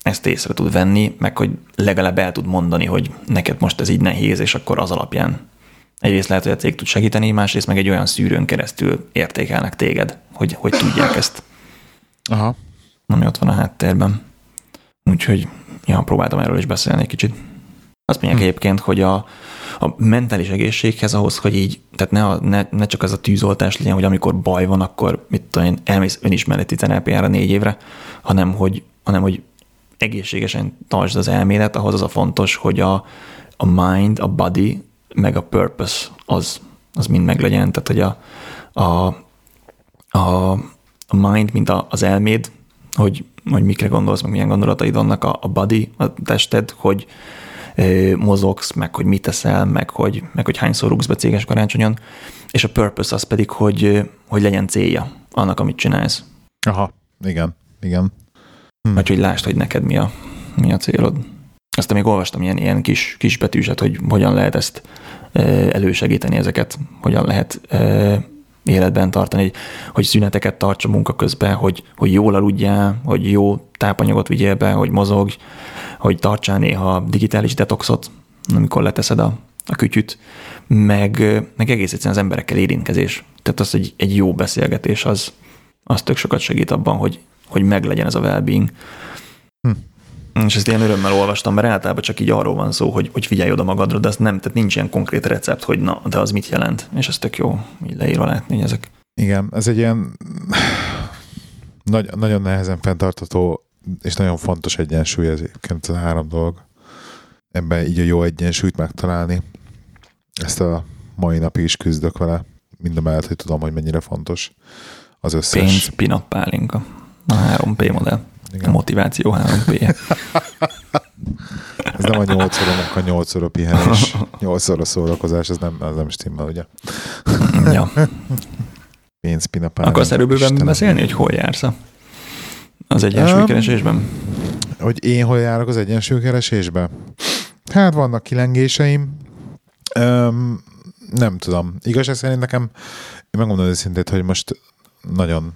B: ezt észre tud venni, meg hogy legalább el tud mondani, hogy neked most ez így nehéz, és akkor az alapján egyrészt lehet, hogy a cég tud segíteni, másrészt meg egy olyan szűrőn keresztül értékelnek téged, hogy, hogy tudják ezt.
A: Aha.
B: Ami ott van a háttérben. Úgyhogy ja, próbáltam erről is beszélni egy kicsit. Azt mondják hm. egyébként, hogy a, a mentális egészséghez ahhoz, hogy így, tehát ne, a, ne, ne csak az a tűzoltás legyen, hogy amikor baj van, akkor mit tudom én, elmész önismereti terápiára négy évre, hanem hogy, hanem hogy egészségesen tartsd az elmélet, ahhoz az a fontos, hogy a, a mind, a body, meg a purpose az, az mind meglegyen. Tehát, hogy a, a, a, a mind, mint a, az elméd, hogy, hogy mikre gondolsz, meg milyen gondolataid vannak, a, a body, a tested, hogy ö, mozogsz, meg hogy mit teszel, meg hogy, meg hogy hányszor rúgsz be céges karácsonyon, és a purpose az pedig, hogy, hogy legyen célja annak, amit csinálsz.
A: Aha, igen, igen.
B: Hm. Vagy hogy lásd, hogy neked mi a, mi a célod. Aztán még olvastam ilyen, ilyen kis, kis betűset, hogy hogyan lehet ezt e, elősegíteni ezeket, hogyan lehet e, életben tartani, hogy, hogy szüneteket tarts a munka közben, hogy, hogy jól aludjál, hogy jó tápanyagot vigyél be, hogy mozogj, hogy tartsál néha digitális detoxot, amikor leteszed a, a kütyüt, meg, meg egész egyszerűen az emberekkel érintkezés. Tehát az, hogy egy jó beszélgetés, az, az tök sokat segít abban, hogy, hogy meglegyen ez a well-being. Hm. És ezt ilyen örömmel olvastam, mert általában csak így arról van szó, hogy, hogy figyelj oda magadra, de ez nem, tehát nincs ilyen konkrét recept, hogy na, de az mit jelent, és ez tök jó így leírva látni, hogy ezek.
A: Igen, ez egy ilyen nagy, nagyon nehezen fenntartható és nagyon fontos egyensúly ezért a három dolog. Ebben így a jó egyensúlyt megtalálni. Ezt a mai napig is küzdök vele, mindamellett, hogy tudom, hogy mennyire fontos az összes.
B: Pénz, pinap, pálinka. A három pé modell. Igen. A motiváció három pé.
A: Ez nem a nyolcszor a munka, nyolcszor a pihenés, nyolcszor a szórakozás, ez nem, ez nem stimmel, ugye?
B: Ja.
A: Pénz, pinap, pálinka.
B: Akarsz erről bőven beszélni, hogy hol jársz az egyensúlykeresésben? Um,
A: hogy én hol járok az egyensúlykeresésben? Hát vannak kilengéseim. Um, nem tudom. Igazság szerint nekem, én megmondom őszintét, hogy most nagyon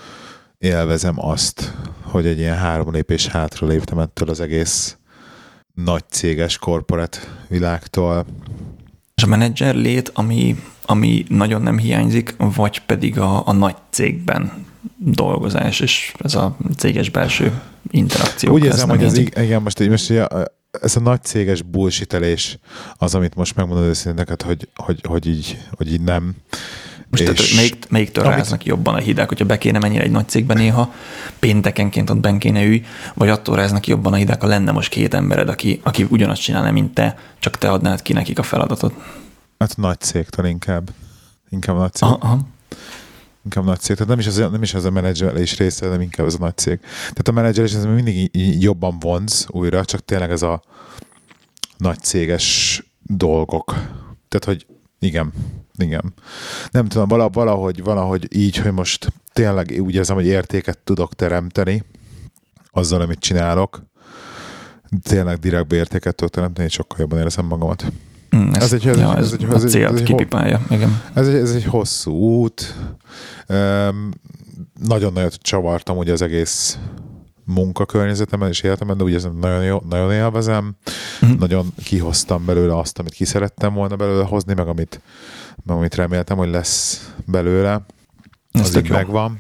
A: élvezem azt, hogy egy ilyen három lépés hátra léptem ettől az egész nagy céges korporát világtól.
B: És a menedzser lét, ami, ami nagyon nem hiányzik, vagy pedig a, a nagy cégben dolgozás, és ez a céges belső interakció.
A: Úgy érzem, hogy ez igen, most, most ez a nagy céges bullshitelés az, amit most megmondod őszintén neked, hogy, hogy, hogy, így, hogy így nem.
B: Most és tehát, melyik, melyiktől amit... ráznak jobban a hideg, hogyha be kéne mennyire egy nagy cégben néha, péntekenként ott benn kéne ülj, vagy attól ráznak jobban a hideg, ha lenne most két embered, aki, aki ugyanazt csinálna, mint te, csak te adnád ki nekik a feladatot.
A: Hát nagy cégtől inkább. Inkább nagy cég. Aha. Inkább nagy cég. Tehát nem is az, nem is az a menedzselés része, hanem inkább az a nagy cég. Tehát a menedzselés az mindig jobban vonz újra, csak tényleg ez a nagy céges dolgok. Tehát, hogy igen, igen. Nem tudom, valahogy, valahogy így, hogy most tényleg úgy érzem, hogy értéket tudok teremteni azzal, amit csinálok. Tényleg direktbe értéket tudok teremteni, és sokkal jobban érzem magamat.
B: Mm, ez, ez, egy, ez, ja, ez, ez, ez, a célt ez kipipálja. Igen.
A: Ez, egy, ez egy hosszú út. Um, nagyon nagyot csavartam ugye az egész munkakörnyezetemben és életemben, de ugye ez nagyon, jó, nagyon élvezem. Mm-hmm. Nagyon kihoztam belőle azt, amit ki szerettem volna belőle hozni, meg amit, meg amit reméltem, hogy lesz belőle. Ez az így megvan.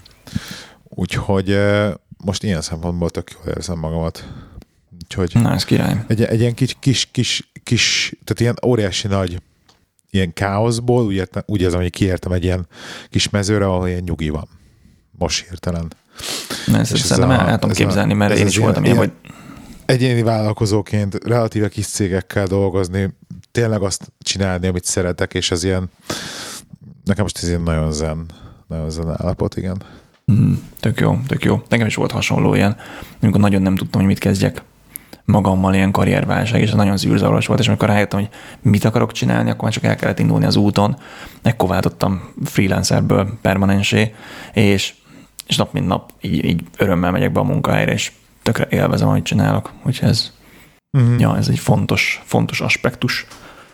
A: Úgyhogy most ilyen szempontból tök jól érzem magamat. Úgyhogy
B: na, ez király.
A: Egy, egy ilyen kis, kis, kis, kis, tehát ilyen óriási nagy ilyen káoszból, úgy, értem, úgy érzem, hogy kiértem egy ilyen kis mezőre, ahol ilyen nyugi van. Most hirtelen.
B: Na, ezt szerintem el, el tudom képzelni, mert én is voltam ilyen, hogy
A: egyéni vállalkozóként relatíve kis cégekkel dolgozni, tényleg azt csinálni, amit szeretek, és ez ilyen, nekem most ez ilyen nagyon zen, nagyon zen állapot, igen.
B: Mm, tök jó, tök jó. Nekem is volt hasonló ilyen, amikor nagyon nem tudtam, hogy mit kezdjek magammal, ilyen karrierválság, és ez nagyon zűrzavaros volt, és amikor rájöttem, hogy mit akarok csinálni, akkor már csak el kellett indulni az úton. Ekkor váltottam freelancerből permanensé, és, és nap mint nap így, így örömmel megyek be a munkahelyre, és tökre élvezem, amit csinálok. Úgyhogy ez, mm-hmm. ja, ez egy fontos, fontos aspektus.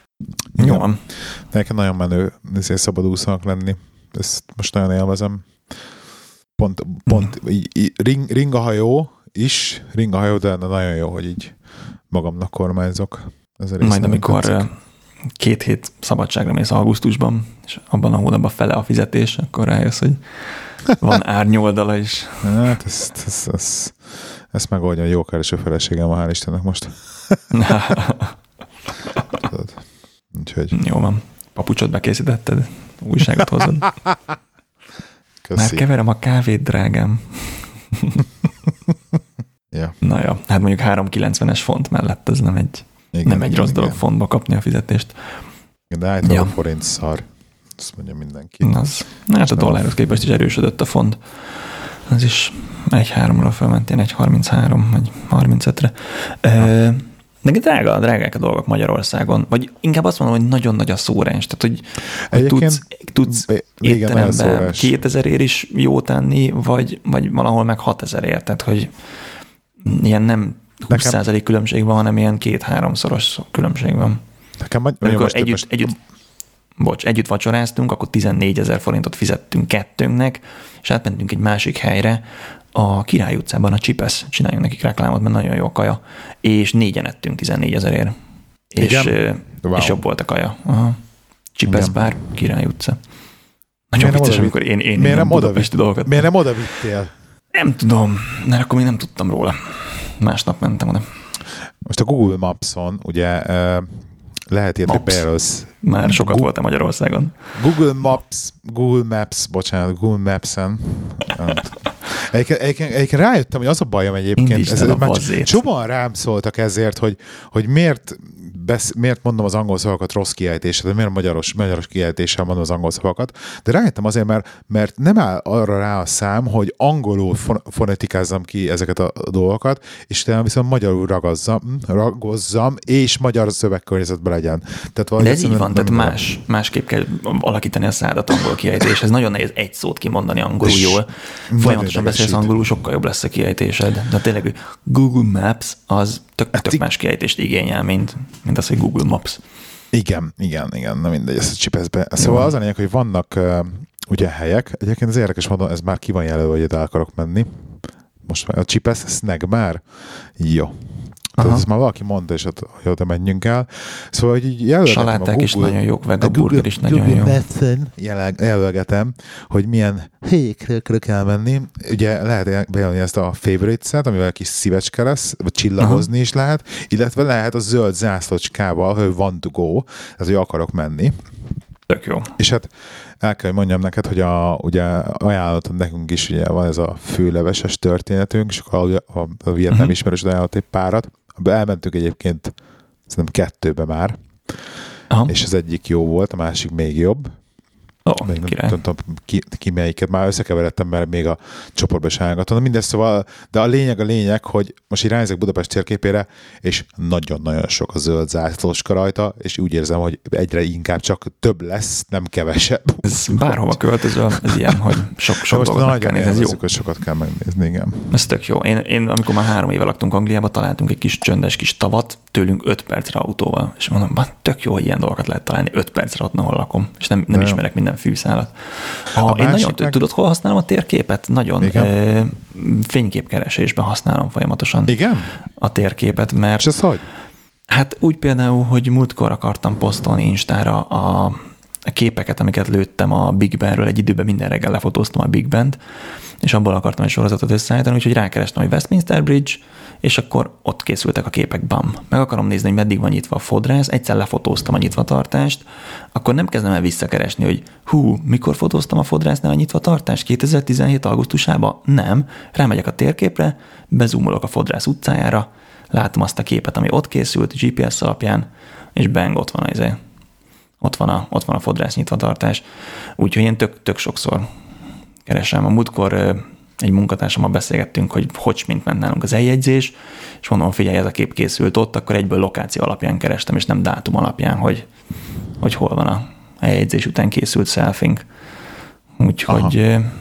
B: Jó van.
A: Nekem nagyon menő szabadúszónak lenni. Ezt most nagyon élvezem. Pont, pont mm. így, ring, ring a hajó, is ring a hajó, de nagyon jó, hogy így magamnak kormányzok.
B: Majd amikor tetszik. Két hét szabadságra mész augusztusban, és abban a hónapban fele a fizetés, akkor rájössz, hogy van árnyoldala is.
A: Hát ezt, ezt, ezt, ezt megoldja a jó kereső feleségem, hál' Istennek most. Úgyhogy.
B: Jó van. Papucsot bekészítetted? Újságot hozod? Köszi. Már keverem a kávét, drágám.
A: Ja.
B: Na jó, hát mondjuk háromszázkilencvenes font mellett ez nem egy, igen, nem egy rossz dolog fontba kapni a fizetést.
A: De általában ja. a forint szar. Azt mondja mindenki.
B: Az, hát a dollárhoz képest is erősödött a font. Az is egy háromra felment, én egy harminchárom, vagy harmincötre. Ja. De drága, drágák a dolgok Magyarországon. Vagy inkább azt mondom, hogy nagyon nagy a szórás. Tehát, hogy, hogy tudsz, tudsz étteremben kétezerért is jó tenni, vagy, vagy valahol meg hatezerért. Tehát, hogy ilyen nem húsz százalék különbség van, hanem ilyen két-háromszoros különbség van.
A: Nekem majd,
B: Amikor együtt, most... együtt, bocs, együtt vacsoráztunk, akkor tizennégyezer forintot fizettünk kettőnknek, és átmentünk egy másik helyre, a Király utcában a Csipesz, csináljunk nekik reklámot, mert nagyon jó a kaja, és négyen ettünk tizennégyezerért. És, wow. és jobb volt a kaja. Aha. Csipesz bár, Király utca. Nagyon vicces, amikor én, én
A: miért nem
B: budapesti dolgokat.
A: Miért nem oda vittél?
B: Nem tudom, mert akkor még nem tudtam róla. Másnap mentem oda.
A: Most a Google Maps-on ugye lehet írni bejelölsz.
B: Már sokat Google, voltam Magyarországon.
A: Google Maps, Google Maps, bocsánat, Google Maps-en. Egyébként, egyébként, egyébként rájöttem, hogy az a bajom egyébként, ez, már sokan rám szóltak ezért, hogy, hogy miért, besz, miért mondom az angol szavakat rossz kiejtéssel, de miért magyaros, magyaros kiejtéssel mondom az angol szavakat, de rájöttem azért, mert, mert nem áll arra rá a szám, hogy angolul fonetikázzam ki ezeket a dolgokat, és utána viszont magyarul ragazzam, ragozzam, és magyar szövegkörnyezetben legyen.
B: Tehát de ez így van, tehát más, másképp kell alakítani a szádat angol kiejtéshez. Nagyon nehéz egy szót kimondani angolul jól. Folyamatosan beszélsz angolul, sokkal jobb lesz a kiejtésed. De tényleg Google Maps az tök, tök más kiejtést igényel, mint, mint az, hogy Google Maps.
A: Igen, igen, igen, na mindegy, ezt csipesz be. Szóval az a lényeg, hogy vannak uh, ugye helyek, egyébként az érdekes módon, ez már ki van jelölve, hogy el akarok menni. Most már a csipesz, snack bar. Jó. Tehát ezt már valaki mondta, és ott, hogy oda menjünk el. Szóval, hogy így jelölgetem
B: Saláták
A: a Google,
B: is nagyon jók, meg a, a burger is nagyon
A: Google
B: jó.
A: Google jelölgetem, hogy milyen helyekre kell menni. Ugye lehet bejelölni ezt a favorites-et, amivel kis szívecske lesz, vagy csillagozni Aha. is lehet, illetve lehet a zöld zászlócskával, hogy want to go, tehát hogy akarok menni.
B: Tök jó.
A: És hát el kell, hogy mondjam neked, hogy a, ugye ajánlottam nekünk is, ugye van ez a főleveses történetünk, és akkor a, a, a vietnám uh-huh. ismerős ajánlott egy párat. Elmentünk egyébként szerintem kettőbe már, Aha. és az egyik jó volt, a másik még jobb.
B: Oh,
A: még nem tudom ki, ki melyiket, már összekeveredtem, mert még a csoportba is állgattam. Mindezt szóval, de a lényeg a lényeg, hogy most így ránézek Budapest térképére, és nagyon-nagyon sok a zöld zászlóska rajta, és úgy érzem, hogy egyre inkább csak több lesz, nem kevesebb.
B: Ez bárhova költözöl, ez ilyen, hogy sok-sok dolgot meg kell nézni, ez jó.
A: Hogy sokat kell megnézni, igen.
B: Ez tök jó. Én, én amikor már három éve laktunk Angliába, találtunk egy kis csöndes kis tavat, tőlünk öt percre autóval, és mondom, tök jó, hogy ilyen dolgokat lehet találni, öt percre ott, ahol lakom, és nem, nem ismerek minden fűszálat. Ha én nagyon, meg... tudod, hol használom a térképet? Nagyon e, fényképkeresésben használom folyamatosan
A: Igen?
B: a térképet, mert...
A: És ez hogy?
B: Hát úgy például, hogy múltkor akartam posztolni Instára a, a képeket, amiket lőttem a Big Benről, egy időben minden reggel lefotóztam a Big Bent, és abból akartam egy sorozatot összeállítani, úgyhogy rákerestem, hogy Westminster Bridge, és akkor ott készültek a képek, bam. Meg akarom nézni, hogy meddig van nyitva a fodrász, egyszer lefotóztam a nyitvatartást, akkor nem kezdem el visszakeresni, hogy hú, mikor fotóztam a fodrásznál a nyitvatartást? kétezer-tizenhét augusztusában? Nem. Rámegyek a térképre, bezoomolok a Fodrász utcájára, látom azt a képet, ami ott készült, gé pé es alapján, és bang, ott van az ott van a, ott van a fodrász nyitvatartás. Úgyhogy én tök, tök sokszor keresem. A múltkor egy munkatársammal beszélgettünk, hogy hogy mint ment nálunk az eljegyzés, és mondom, figyelj, ez a kép készült ott, akkor egyből lokáció alapján kerestem, és nem dátum alapján, hogy, hogy hol van a eljegyzés után készült selfing. Úgyhogy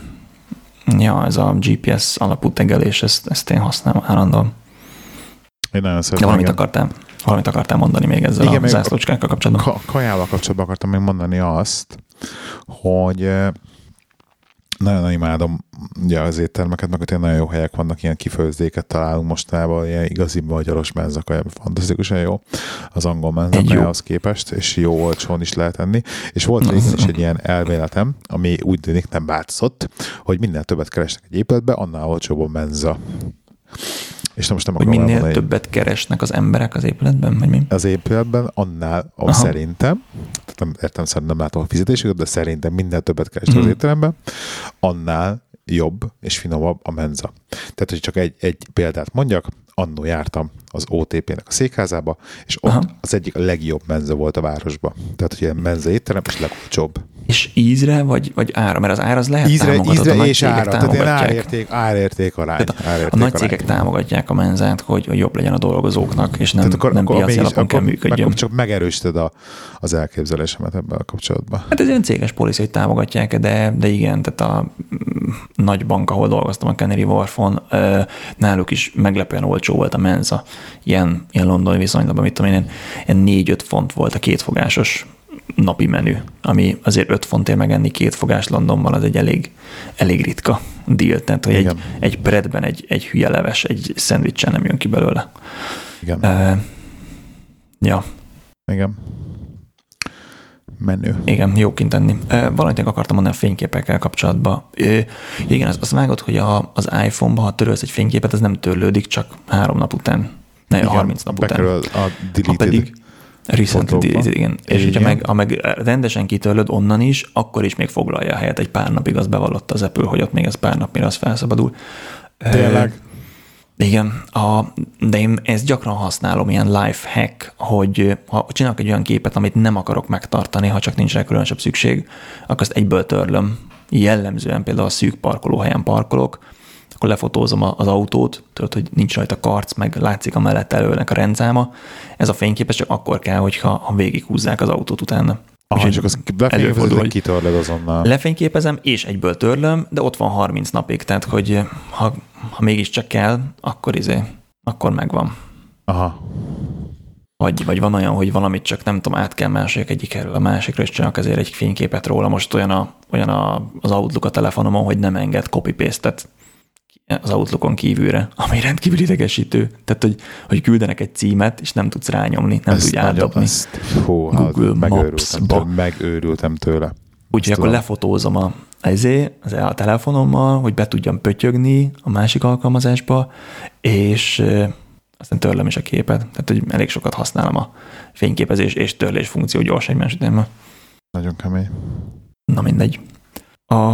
B: ja, ez a gé pé es alapú tegelés, ezt, ezt én használom állandóan.
A: Én nagyon szeretem.
B: De valamit akartál, valamit akartál mondani még ezzel igen, a zászlócskákkal kapcsolatban?
A: Ka- kajával kapcsolatban akartam még mondani azt, hogy nagyon imádom ugye, az éttermeket, meg ott nagyon jó helyek vannak, ilyen kifőzdéket találunk mostában, ilyen igazi magyaros menzakaja, fantasztikusan jó az angol menzakajához képest, és jó olcsón is lehet enni. És volt régen is egy ilyen elméletem, ami úgy tűnik nem változott, hogy minél többet keresnek egy épületbe, annál olcsóbb a menza. És most nem
B: hogy minél elmondani, többet keresnek az emberek az épületben, vagy mi?
A: Az épületben annál, a szerintem, nem értem, szerintem nem látom a fizetésüket, de szerintem minél többet keresnek hmm. az étteremben, annál jobb és finomabb a menza. Tehát, hogy csak egy, egy példát mondjak, annó jártam az o té pé-nek a székházába, és ott Aha. az egyik a legjobb menza volt a városban. Tehát, hogy ilyen menza étterem, és legolcsóbb.
B: És ízre, vagy, vagy ára? Mert az ára az lehet
A: ízre,
B: támogatott.
A: Ízre és ára. Tehát ilyen árérték, árérték arány.
B: A,
A: árérték
B: a nagy cégek arány. Támogatják a menzát, hogy, hogy jobb legyen a dolgozóknak, és nem,
A: akkor,
B: nem
A: akkor
B: piaci
A: mégis,
B: alapon
A: akkor,
B: kell működjön.
A: Akkor csak megerősíted a, az elképzelésemet ebben a kapcsolatban.
B: Hát ez olyan céges policy, hogy támogatják, de, de igen, tehát a nagy bank, ahol dolgoztam, a Canary Wharfon, náluk is meglepően olcsó volt a menza. Ilyen, ilyen londoni viszonylatban, mit tudom én, ilyen négy-öt font volt a kétfogásos napi menü, ami azért öt fontért megenni két fogás Londonban, az egy elég, elég ritka deal, tehát hogy egy, egy predben egy, egy hülye leves, egy szendvicsen nem jön ki belőle.
A: Igen.
B: Uh, ja.
A: Igen. Menő.
B: Igen, jó kint enni. Uh, valamit akartam mondani a fényképekkel kapcsolatban. Uh, igen, azt, azt vágod, hogy a, az iPhone-ba, ha törölsz egy fényképet, az nem törlődik, csak három nap után. Ne, igen, harminc nap után.
A: Bekerül a deleted
B: Recently deleted, igen. És hogyha meg, ha meg rendesen kitörlöd onnan is, akkor is még foglalja a helyet egy pár napig, az bevallotta az Apple, hogy ott még ez pár nap, mire az felszabadul.
A: Tényleg?
B: Uh, igen, a, de én ezt gyakran használom, ilyen life hack, hogy ha csinálok egy olyan képet, amit nem akarok megtartani, ha csak nincs rá különösebb szükség, akkor azt egyből törlöm. Jellemzően például a szűk parkolóhelyen parkolok, akkor lefotózom az autót, tudod, hogy nincs rajta karc, meg látszik a mellett előnek a rendszáma. Ez a fénykép csak akkor kell, hogyha ha végighúzzák az autót utána.
A: Aha, csak az lefényképezed, hogy kitörlöd azonnal.
B: Lefényképezem, és egyből törlöm, de ott van harminc napig, tehát hogy ha, ha mégiscsak kell, akkor izé, akkor megvan.
A: Aha.
B: Vagy, vagy van olyan, hogy valamit csak nem tudom, át kell másoljak egyik erről a másikra, és csinálok ezért egy fényképet róla. Most olyan, a, olyan a, az Outlook a telefonomon, hogy nem enged copy-paste-et az Outlookon kívülre, ami rendkívül idegesítő. Tehát, hogy, hogy küldenek egy címet, és nem tudsz rányomni, nem tudsz átdobni.
A: Hú, Google Maps-ba. Megőrültem tőle.
B: Úgyhogy akkor lefotózom a, ezé, az a telefonommal, hogy be tudjam pötyögni a másik alkalmazásba, és e, aztán törlöm is a képet. Tehát, hogy elég sokat használom a fényképezés és törlés funkció gyors egymás után.
A: Nagyon kemény.
B: Na mindegy. A...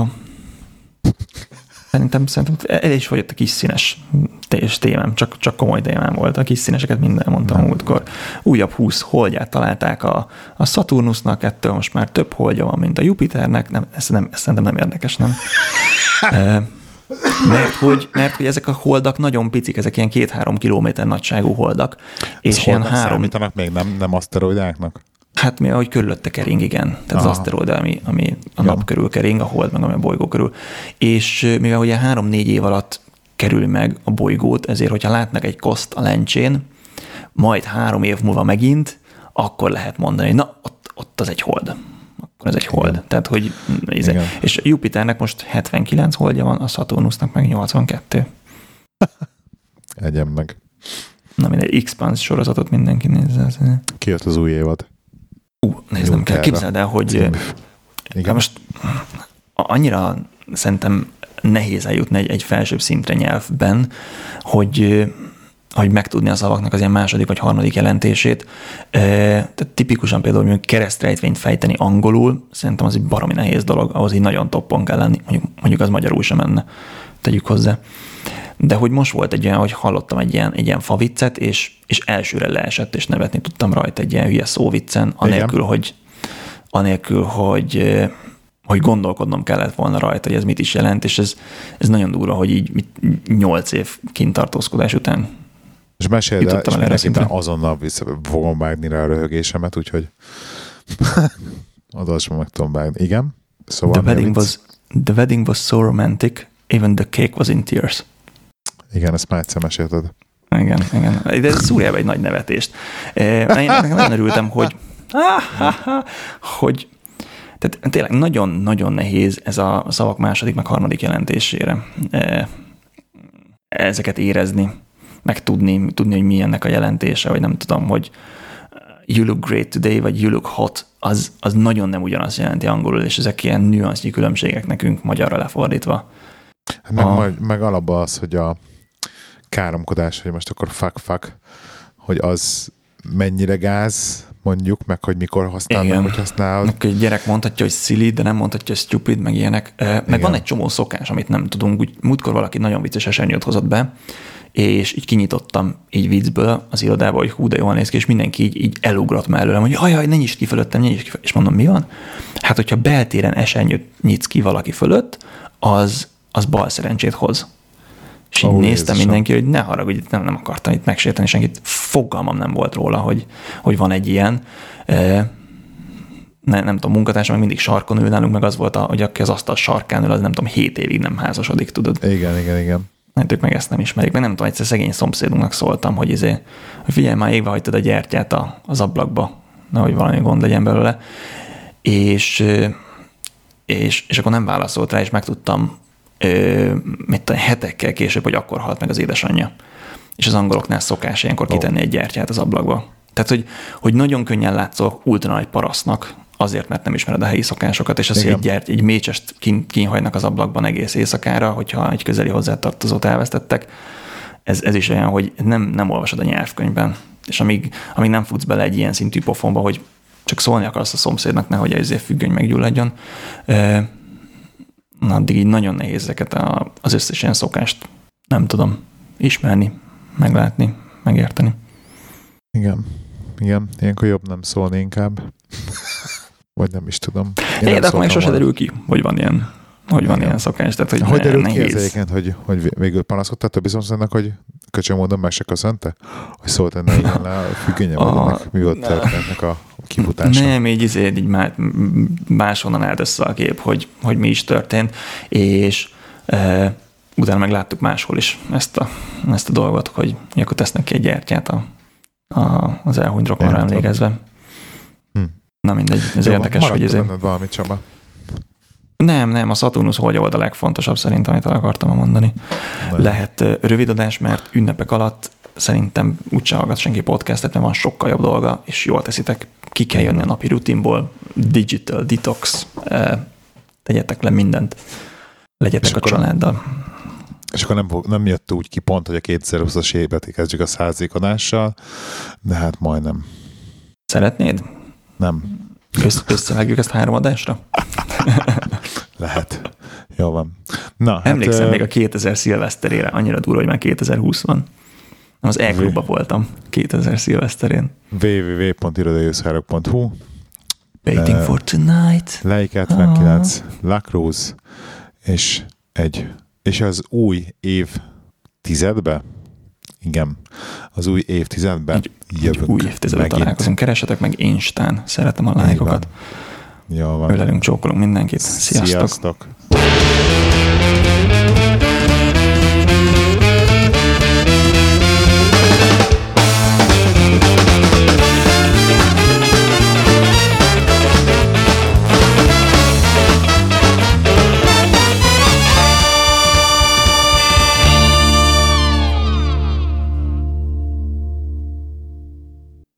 B: Szerintem, szerintem el is fogyott a kis színes témám, csak, csak komoly témám volt. A kis színeseket minden mondtam a múltkor. Újabb húsz holdját találták a, a Saturnusnak, ettől most már több holdja van, mint a Jupiternek. Nem, ez, nem, ez szerintem nem érdekes, nem? e, mert, hogy, mert hogy ezek a holdak nagyon picik, ezek ilyen két-három kilométer nagyságú holdak.
A: És
B: és
A: ilyen három...
B: számítanak
A: még, nem, nem aszteroidáknak?
B: Hát mi, ahogy körülötte kering, igen. Tehát Aha. az aszteroida, ami, ami a ja. nap körül kering, a hold meg ami a bolygó körül. És mivel ugye három-négy év alatt kerül meg a bolygót, ezért, hogyha látnak egy koszt a lencsén, majd három év múlva megint, akkor lehet mondani, hogy na, ott, ott az egy hold. Akkor ez egy hold. Igen. Tehát, hogy és Jupiternek most hetvenkilenc holdja van, a Saturnusnak meg nyolcvankettő.
A: Egyen meg.
B: Na mindegy, X-Pans sorozatot mindenki nézze.
A: Ki jött az új évad?
B: Ú, nézd, nem kell. Képzeld el, hogy igen. Most annyira szerintem nehéz eljutni egy, egy felsőbb szintre nyelvben, hogy, hogy megtudni a szavaknak az ilyen második vagy harmadik jelentését. Tehát tipikusan például, hogy keresztrejtvényt fejteni angolul, szerintem az egy baromi nehéz dolog, ahhoz így nagyon toppon kell lenni, mondjuk, mondjuk az magyarul sem menne, tegyük hozzá. De hogy most volt egy olyan, hogy hallottam egy ilyen, egy ilyen faviccet, és, és elsőre leesett, és nevetni tudtam rajta egy ilyen hülye szóviccen, anélkül, hogy, anélkül hogy, hogy gondolkodnom kellett volna rajta, hogy ez mit is jelent, és ez, ez nagyon durva, hogy így nyolc év kintartózkodás után
A: és meséld el, és mindenképpen azonnal vissza fogom vágni rá a röhögésemet, úgyhogy adásban meg tudom vágni. Igen? Szóval
B: the, wedding was, the wedding was so romantic, even the cake was in tears.
A: Igen, ezt már egyszer mesélted.
B: Igen, igen. De ez szúrjál egy nagy nevetést. Én nagyon örültem, hogy, hogy Tehát tényleg nagyon-nagyon nehéz ez a szavak második, meg harmadik jelentésére ezeket érezni, meg tudni, tudni, hogy mi ennek a jelentése, vagy nem tudom, hogy you look great today, vagy you look hot, az, az nagyon nem ugyanazt jelenti angolul, és ezek ilyen nüansznyi különbségek nekünk magyarra lefordítva.
A: Meg,
B: a...
A: meg, meg alapban az, hogy a káromkodás, hogy most akkor fuck, fuck, hogy az mennyire gáz, mondjuk, meg hogy mikor használod, meg hogy használod.
B: Meg egy gyerek mondhatja, hogy silly, de nem mondhatja, hogy stupid, meg ilyenek. Meg igen. Van egy csomó szokás, amit nem tudunk. Úgy, múltkor valaki nagyon vicces esernyőt hozott be, és így kinyitottam így viccből az irodába, hogy hú, de jól néz ki, és mindenki így, így elugrott mellőlem, hogy ajaj, ne nyisd ki fölöttem, ne nyisd ki fölöttem. És mondom, mi van? Hát, hogyha beltéren esernyőt nyitsz ki valaki fölött, az, az bal szerencsét hoz. És így oh, néztem mindenki, hogy ne haragudj, nem, nem akartam itt megsérteni senkit. Fogalmam nem volt róla, hogy, hogy van egy ilyen. E, ne, nem tudom, munkatársam meg mindig sarkon ül nálunk, meg az volt, a, hogy aki az asztal sarkán ül, az nem tudom, hét évig nem házasodik, tudod.
A: Igen, igen, igen.
B: Hát ők meg ezt nem ismerik. Meg nem tudom, egyszer szegény szomszédunknak szóltam, hogy izé, hogy figyelj, már égve hagytad a gyertyát a, az ablakba, nehogy valami gond legyen belőle. És, és, és akkor nem válaszolt rá, és megtudtam, mit tudom, hetekkel később, hogy akkor halt meg az édesanyja. És az angoloknál szokás ilyenkor kitenni egy gyertyát az ablakba. Tehát, hogy, hogy nagyon könnyen látszol ultra nagy parasztnak, azért, mert nem ismered a helyi szokásokat, és az, hogy egy, gyert, egy mécsest kín, kínhagynak az ablakban egész éjszakára, hogyha egy közeli hozzátartozót elvesztettek. Ez, ez is olyan, hogy nem, nem olvasod a nyelvkönyvben. És amíg, amíg nem futsz bele egy ilyen szintű pofonba, hogy csak szólni akarsz a szomszédnak, nehogy ezért függöny meggyulladjon, na, addig így nagyon nehéz ezeket a, az összes ilyen szokást, nem tudom, ismerni, meglátni, megérteni.
A: Igen, igen, ilyenkor jobb nem szólni inkább. Vagy nem is tudom.
B: É, de akkor meg sose derül ki, hogy van ilyen, hogy van ilyen szokás. Tehát, hogy
A: hogy derül ki
B: nehéz.
A: az egyébként, hogy, hogy végül panaszkodtál többi szomszédnak, hogy köcsög módon meg se köszönte? Hogy szólt ennek ilyen le a függönye, vagy ennek mi volt történetnek a kifutása?
B: Nem, így, így, így máshonnan állt össze a kép, hogy, hogy mi is történt, és e, utána meg láttuk máshol is ezt a, ezt a dolgot, hogy akkor tesznek ki egy gyertyát a, a, az elhunyt rokonra emlékezve. Hm. Na mindegy, ez jó, érdekes, hogy ez...
A: valami, Csaba?
B: Nem, nem, a Saturnus holdja volt a legfontosabb szerintem, amit el akartam mondani. Nem. Lehet rövid adás, mert ünnepek alatt szerintem úgyse hallgat senki podcastet, mert van sokkal jobb dolga, és jól teszitek. Ki kell jönni a napi rutinból, digital detox, tegyetek le mindent, legyetek és a családdal.
A: És akkor nem, nem jött úgy ki pont, hogy a kétezer-húszas évet kezdjük a századik adással, de hát majdnem.
B: Szeretnéd?
A: Nem.
B: Össz, összevágjuk ezt három adásra?
A: Lehet. Jó van. Na,
B: emlékszem
A: hát,
B: még a kétezer szilveszterére, annyira durva, hogy már kétezer-húsz van. Az E-klubban voltam kétezer szilveszterén.
A: double-u double-u double-u pont irodaiuszárok pont hu
B: Waiting uh, for tonight.
A: Leik hetvenkilenc, ah. La Cruz, és egy, és az új évtizedbe, igen, az új évtizedben jövünk.
B: Új évtizedben találkozunk. Keresetek meg Instán. Szeretem a lájkokat.
A: Jó van.
B: Ölelünk, csókolunk mindenkit. Sziasztok!
A: Sziasztok.